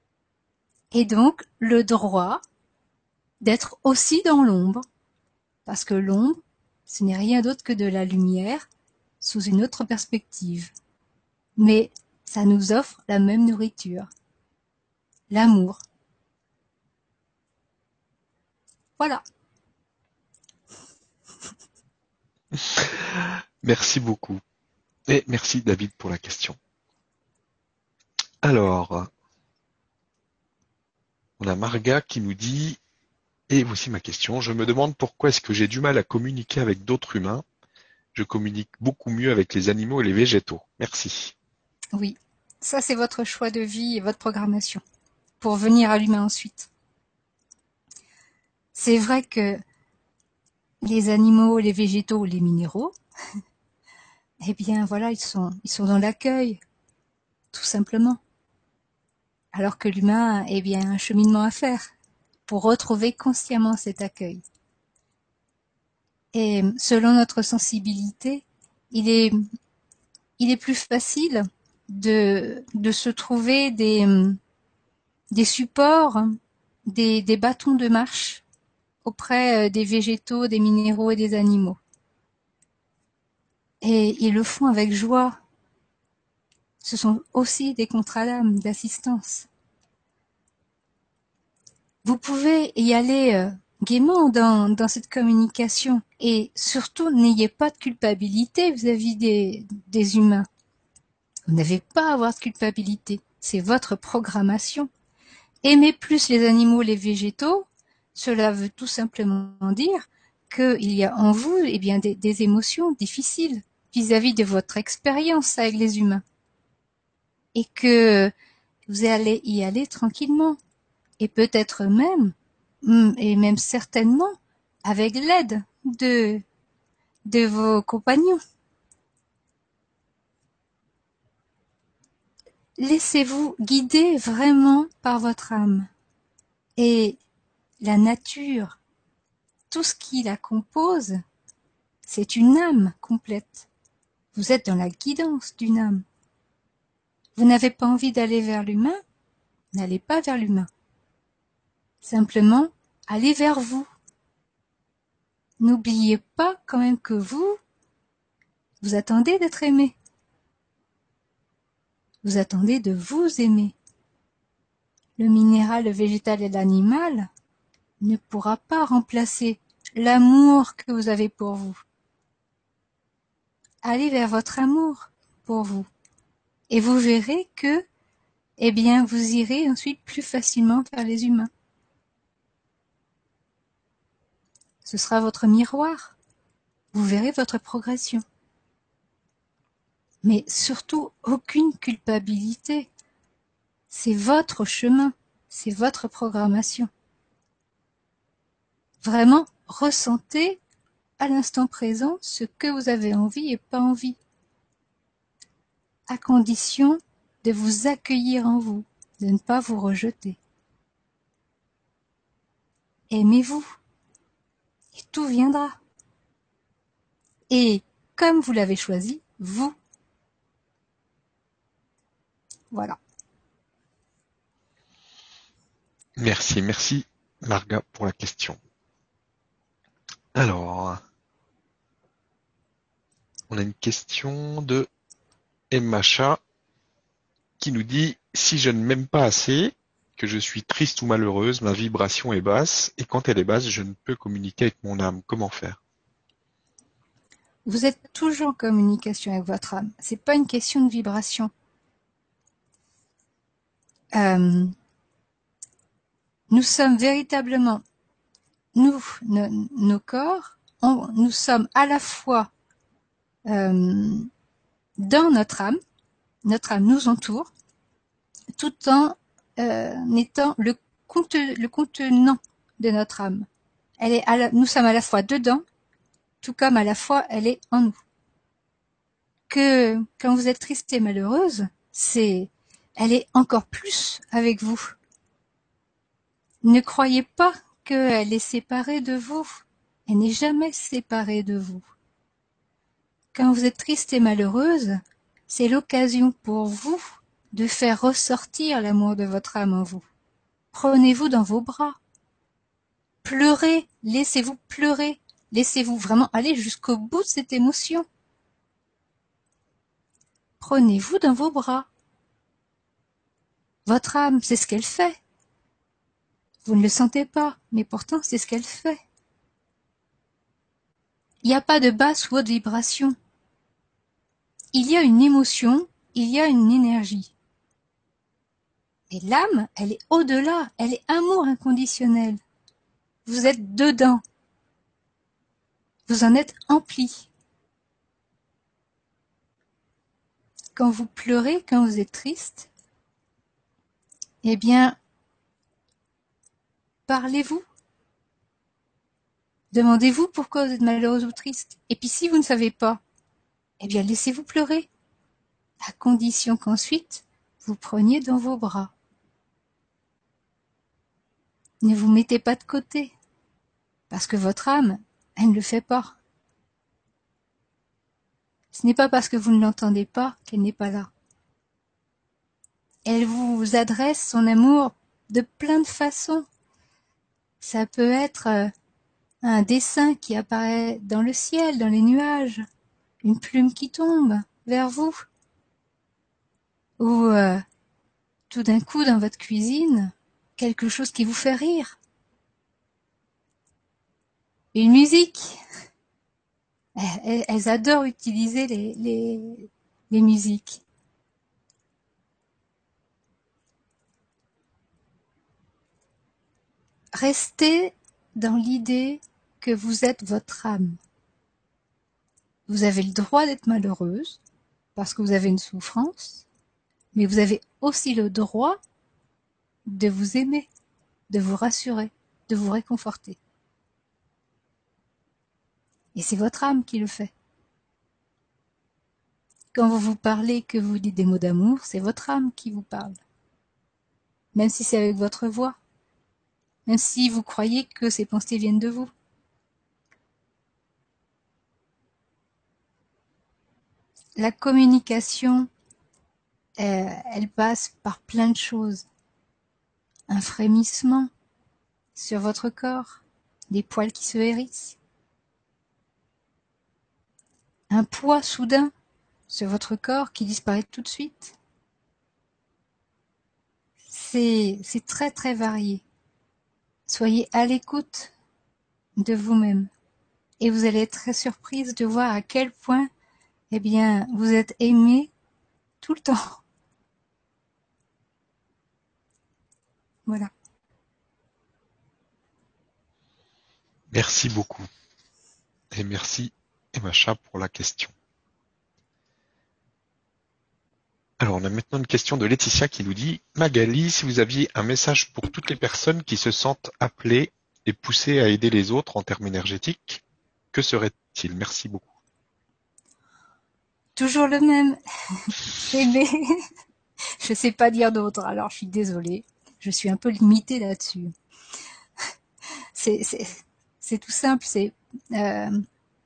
et donc le droit d'être aussi dans l'ombre, parce que l'ombre, ce n'est rien d'autre que de la lumière sous une autre perspective. Mais ça nous offre la même nourriture, l'amour. Voilà. Merci beaucoup. Et merci David pour la question. Alors, on a Marga qui nous dit, et voici ma question, je me demande pourquoi est-ce que j'ai du mal à communiquer avec d'autres humains. Je communique beaucoup mieux avec les animaux et les végétaux. Merci. Oui, ça c'est votre choix de vie et votre programmation, pour venir à l'humain ensuite. C'est vrai que les animaux, les végétaux, les minéraux, eh bien voilà, ils sont, ils sont dans l'accueil, tout simplement. Alors que l'humain, eh bien, a un cheminement à faire pour retrouver consciemment cet accueil. Et selon notre sensibilité, il est, il est plus facile de, de se trouver des, des supports, des, des bâtons de marche auprès des végétaux, des minéraux et des animaux. Et ils le font avec joie. Ce sont aussi des contrats d'âme, d'assistance. Vous pouvez y aller euh, gaiement dans, dans cette communication et surtout n'ayez pas de culpabilité vis-à-vis des, des humains. Vous n'avez pas à avoir de culpabilité, c'est votre programmation. Aimez plus les animaux, les végétaux, cela veut tout simplement dire qu'il y a en vous eh bien, des, des émotions difficiles vis-à-vis de votre expérience avec les humains et que vous allez y aller tranquillement. Et peut-être même, et même certainement, avec l'aide de, de vos compagnons. Laissez-vous guider vraiment par votre âme. Et la nature, tout ce qui la compose, c'est une âme complète. Vous êtes dans la guidance d'une âme. Vous n'avez pas envie d'aller vers l'humain, n'allez pas vers l'humain. Simplement, allez vers vous. N'oubliez pas quand même que vous, vous attendez d'être aimé. Vous attendez de vous aimer. Le minéral, le végétal et l'animal ne pourra pas remplacer l'amour que vous avez pour vous. Allez vers votre amour pour vous. Et vous verrez que, eh bien, vous irez ensuite plus facilement vers les humains. Ce sera votre miroir. Vous verrez votre progression. Mais surtout, aucune culpabilité. C'est votre chemin, c'est votre programmation. Vraiment, ressentez à l'instant présent ce que vous avez envie et pas envie, à condition de vous accueillir en vous, de ne pas vous rejeter. Aimez-vous, et tout viendra. Et comme vous l'avez choisi, vous. Voilà. Merci, merci Marga pour la question. Alors, on a une question de Emmacha qui nous dit « Si je ne m'aime pas assez, que je suis triste ou malheureuse, ma vibration est basse, et quand elle est basse, je ne peux communiquer avec mon âme. Comment faire ?» Vous êtes toujours en communication avec votre âme. C'est pas une question de vibration. Euh, nous sommes véritablement, nous, no, nos corps, on, nous sommes à la fois euh, dans notre âme, notre âme nous entoure, tout en euh, étant le, conte, le contenant de notre âme. Elle est à la, nous sommes à la fois dedans, tout comme à la fois elle est en nous. Que quand vous êtes triste et malheureuse, c'est, elle est encore plus avec vous. Ne croyez pas qu'elle est séparée de vous. Elle n'est jamais séparée de vous. Quand vous êtes triste et malheureuse, c'est l'occasion pour vous de faire ressortir l'amour de votre âme en vous. Prenez-vous dans vos bras. Pleurez, laissez-vous pleurer. Laissez-vous vraiment aller jusqu'au bout de cette émotion. Prenez-vous dans vos bras. Votre âme, c'est ce qu'elle fait. Vous ne le sentez pas, mais pourtant c'est ce qu'elle fait. Il n'y a pas de basse ou haute vibration. Il y a une émotion, il y a une énergie. Et l'âme, elle est au-delà, elle est amour inconditionnel. Vous êtes dedans. Vous en êtes empli. Quand vous pleurez, quand vous êtes triste, eh bien, parlez-vous. Demandez-vous pourquoi vous êtes malheureuse ou triste. Et puis si vous ne savez pas, eh bien laissez-vous pleurer, à condition qu'ensuite vous preniez dans vos bras. Ne vous mettez pas de côté, parce que votre âme, elle ne le fait pas. Ce n'est pas parce que vous ne l'entendez pas qu'elle n'est pas là. Elle vous adresse son amour de plein de façons. Ça peut être un dessin qui apparaît dans le ciel, dans les nuages, une plume qui tombe vers vous, ou euh, tout d'un coup dans votre cuisine, quelque chose qui vous fait rire. Une musique. Elles, elles adorent utiliser les, les, les musiques. Restez dans l'idée que vous êtes votre âme. Vous avez le droit d'être malheureuse parce que vous avez une souffrance, mais vous avez aussi le droit de vous aimer, de vous rassurer, de vous réconforter. Et c'est votre âme qui le fait. Quand vous vous parlez, que vous dites des mots d'amour, c'est votre âme qui vous parle. Même si c'est avec votre voix. Même si vous croyez que ces pensées viennent de vous. La communication, euh, elle passe par plein de choses. Un frémissement sur votre corps, des poils qui se hérissent. Un poids soudain sur votre corps qui disparaît tout de suite. C'est, c'est très très varié. Soyez à l'écoute de vous-même et vous allez être très surprise de voir à quel point, eh bien, vous êtes aimé tout le temps. Voilà. Merci beaucoup. Et merci Emacha pour la question. Alors, on a maintenant une question de Laetitia qui nous dit « Magali, si vous aviez un message pour toutes les personnes qui se sentent appelées et poussées à aider les autres en termes énergétiques, que serait-il ? Merci beaucoup. » Toujours le même. Aimer. Je sais pas dire d'autre, alors je suis désolée. Je suis un peu limitée là-dessus. C'est, c'est, c'est tout simple, c'est euh,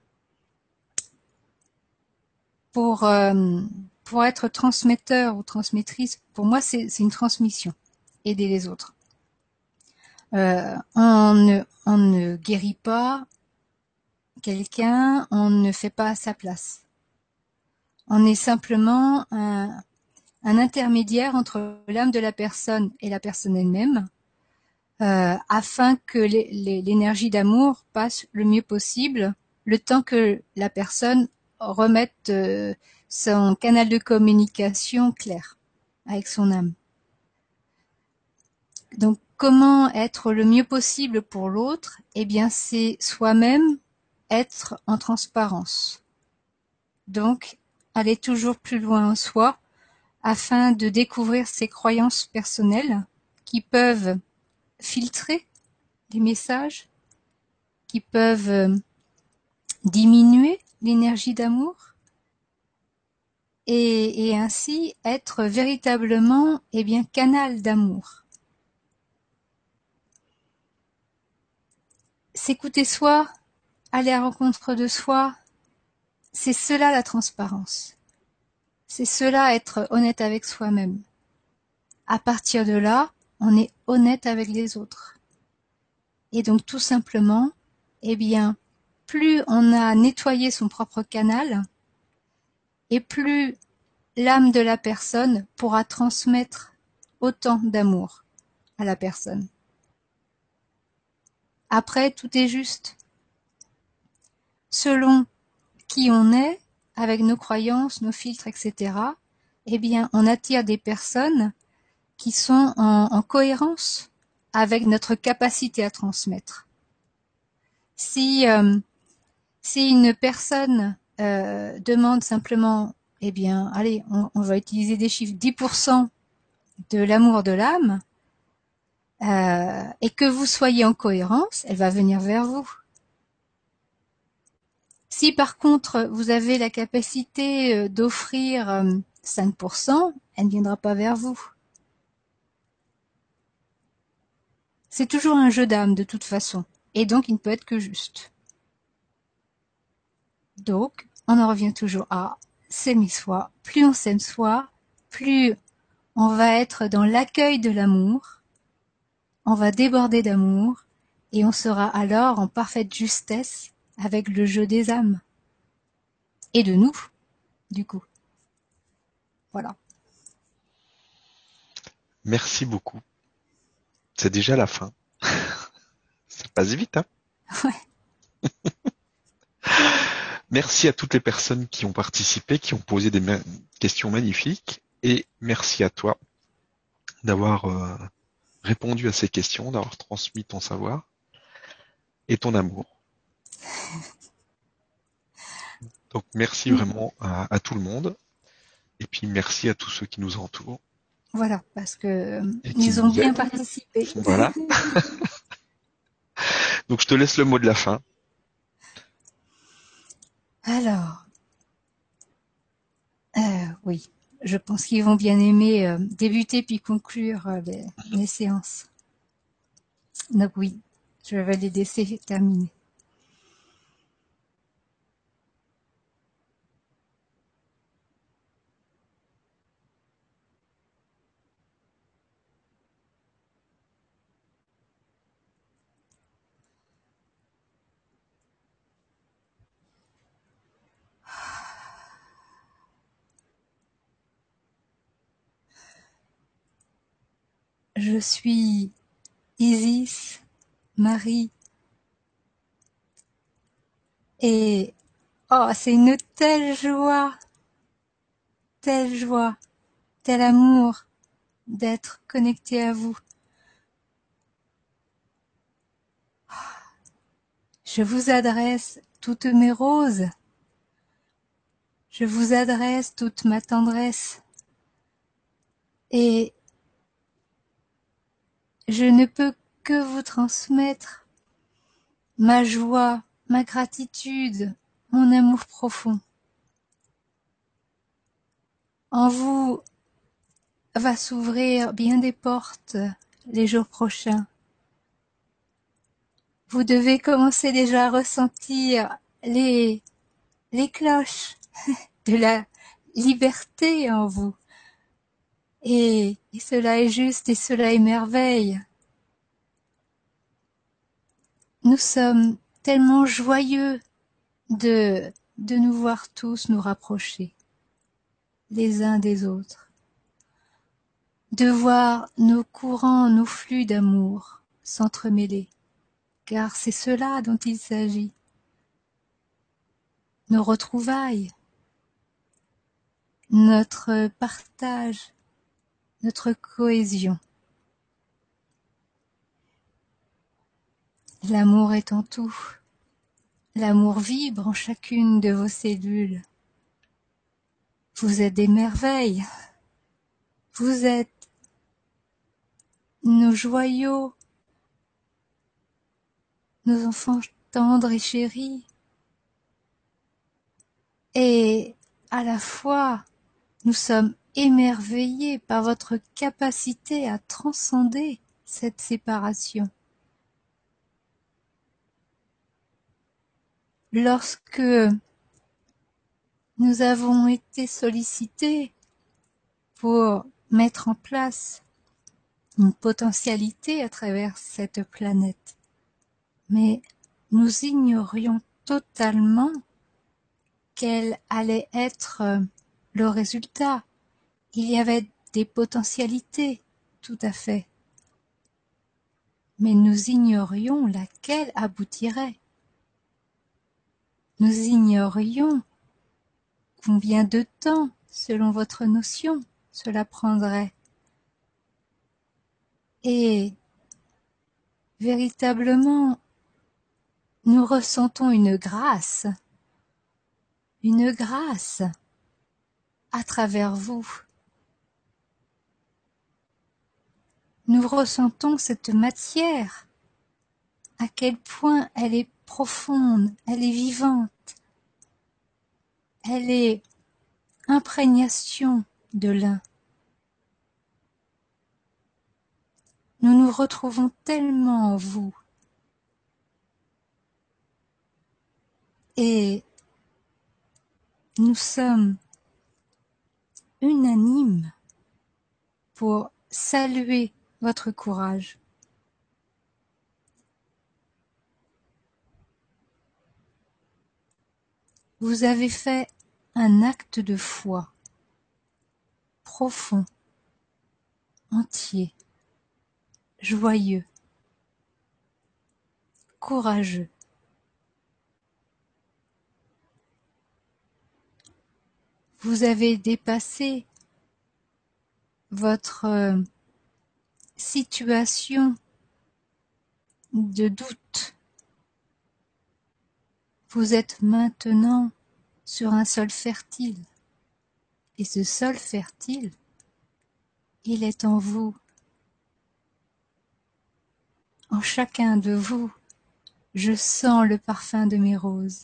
pour euh, pour être transmetteur ou transmettrice, pour moi c'est, c'est une transmission. Aider les autres. Euh, on ne on ne guérit pas quelqu'un, on ne fait pas à sa place. On est simplement un, un intermédiaire entre l'âme de la personne et la personne elle-même, euh, afin que les, les, l'énergie d'amour passe le mieux possible, le temps que la personne remette euh, son canal de communication clair avec son âme. Donc, comment être le mieux possible pour l'autre ? Eh bien, c'est soi-même être en transparence. Donc, aller toujours plus loin en soi, afin de découvrir ses croyances personnelles qui peuvent filtrer les messages, qui peuvent euh, diminuer l'énergie d'amour et, et ainsi être véritablement eh bien, canal d'amour. S'écouter soi, aller à la rencontre de soi, c'est cela la transparence. C'est cela être honnête avec soi-même. À partir de là, on est honnête avec les autres. Et donc tout simplement, eh bien, plus on a nettoyé son propre canal, et plus l'âme de la personne pourra transmettre autant d'amour à la personne. Après, tout est juste. Selon qui on est, avec nos croyances, nos filtres, et cetera, eh bien, on attire des personnes qui sont en, en cohérence avec notre capacité à transmettre. Si, euh, si une personne euh, demande simplement, eh bien, allez, on, on va utiliser des chiffres, dix pour cent de l'amour de l'âme, euh, et que vous soyez en cohérence, elle va venir vers vous. Si par contre vous avez la capacité d'offrir cinq pour cent, elle ne viendra pas vers vous. C'est toujours un jeu d'âme de toute façon, et donc il ne peut être que juste. Donc, on en revient toujours à s'aimer soi. Plus on s'aime soi, plus on va être dans l'accueil de l'amour, on va déborder d'amour, et on sera alors en parfaite justesse avec le jeu des âmes. Et de nous, du coup. Voilà. Merci beaucoup. C'est déjà la fin. Ça passe vite, hein? Ouais. Merci à toutes les personnes qui ont participé, qui ont posé des ma- questions magnifiques. Et merci à toi d'avoir euh, répondu à ces questions, d'avoir transmis ton savoir et ton amour. Donc merci vraiment à, à tout le monde. Et puis merci à tous ceux qui nous entourent. Voilà, parce que euh, Et qui ils ont nous bien aident. participé. Voilà. Donc je te laisse le mot de la fin. Alors, euh, oui, je pense qu'ils vont bien aimer euh, débuter puis conclure euh, les, les séances. Donc oui, je vais les laisser terminer. Je suis Isis, Marie, et oh, c'est une telle joie, telle joie, tel amour d'être connecté à vous. Je vous adresse toutes mes roses. Je vous adresse toute ma tendresse. Et je ne peux que vous transmettre ma joie, ma gratitude, mon amour profond. En vous va s'ouvrir bien des portes les jours prochains. Vous devez commencer déjà à ressentir les, les cloches de la liberté en vous. Et, et cela est juste et cela est merveille. Nous sommes tellement joyeux de, de nous voir tous nous rapprocher les uns des autres, de voir nos courants, nos flux d'amour s'entremêler, car c'est cela dont il s'agit. Nos retrouvailles, notre partage, notre cohésion. L'amour est en tout. L'amour vibre en chacune de vos cellules. Vous êtes des merveilles. Vous êtes nos joyaux, nos enfants tendres et chéris. Et à la fois, nous sommes émerveillés par votre capacité à transcender cette séparation. Lorsque nous avons été sollicités pour mettre en place une potentialité à travers cette planète. Mais nous ignorions totalement quel allait être le résultat. Il y avait des potentialités, tout à fait. Mais nous ignorions laquelle aboutirait. Nous ignorions combien de temps, selon votre notion, cela prendrait. Et véritablement, nous ressentons une grâce, une grâce à travers vous. Nous ressentons cette matière, à quel point elle est profonde, elle est vivante, elle est imprégnation de l'un. Nous nous retrouvons tellement en vous. Et nous sommes unanimes pour saluer votre courage. Vous avez fait un acte de foi profond, entier, joyeux, courageux. Vous avez dépassé votre euh, situation de doute. Vous êtes maintenant sur un sol fertile. Et ce sol fertile, il est en vous. En chacun de vous, je sens le parfum de mes roses.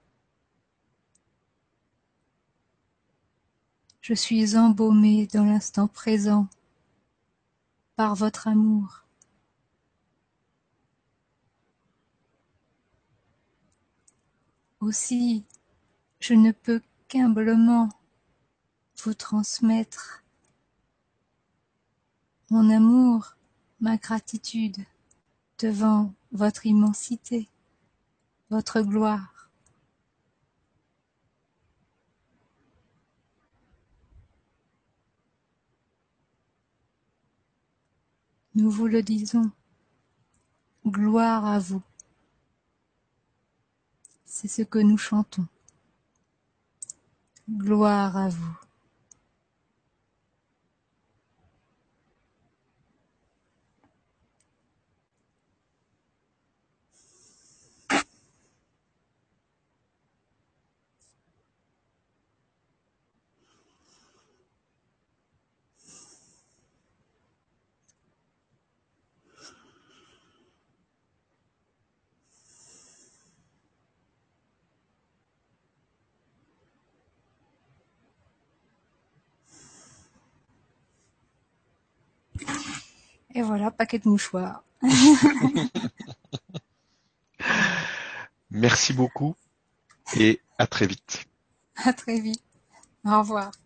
Je suis embaumée dans l'instant présent par votre amour. Aussi, je ne peux qu'humblement vous transmettre mon amour, ma gratitude devant votre immensité, votre gloire. Nous vous le disons, gloire à vous. C'est ce que nous chantons. Gloire à vous. Et voilà, paquet de mouchoirs. Merci beaucoup et à très vite. À très vite. Au revoir.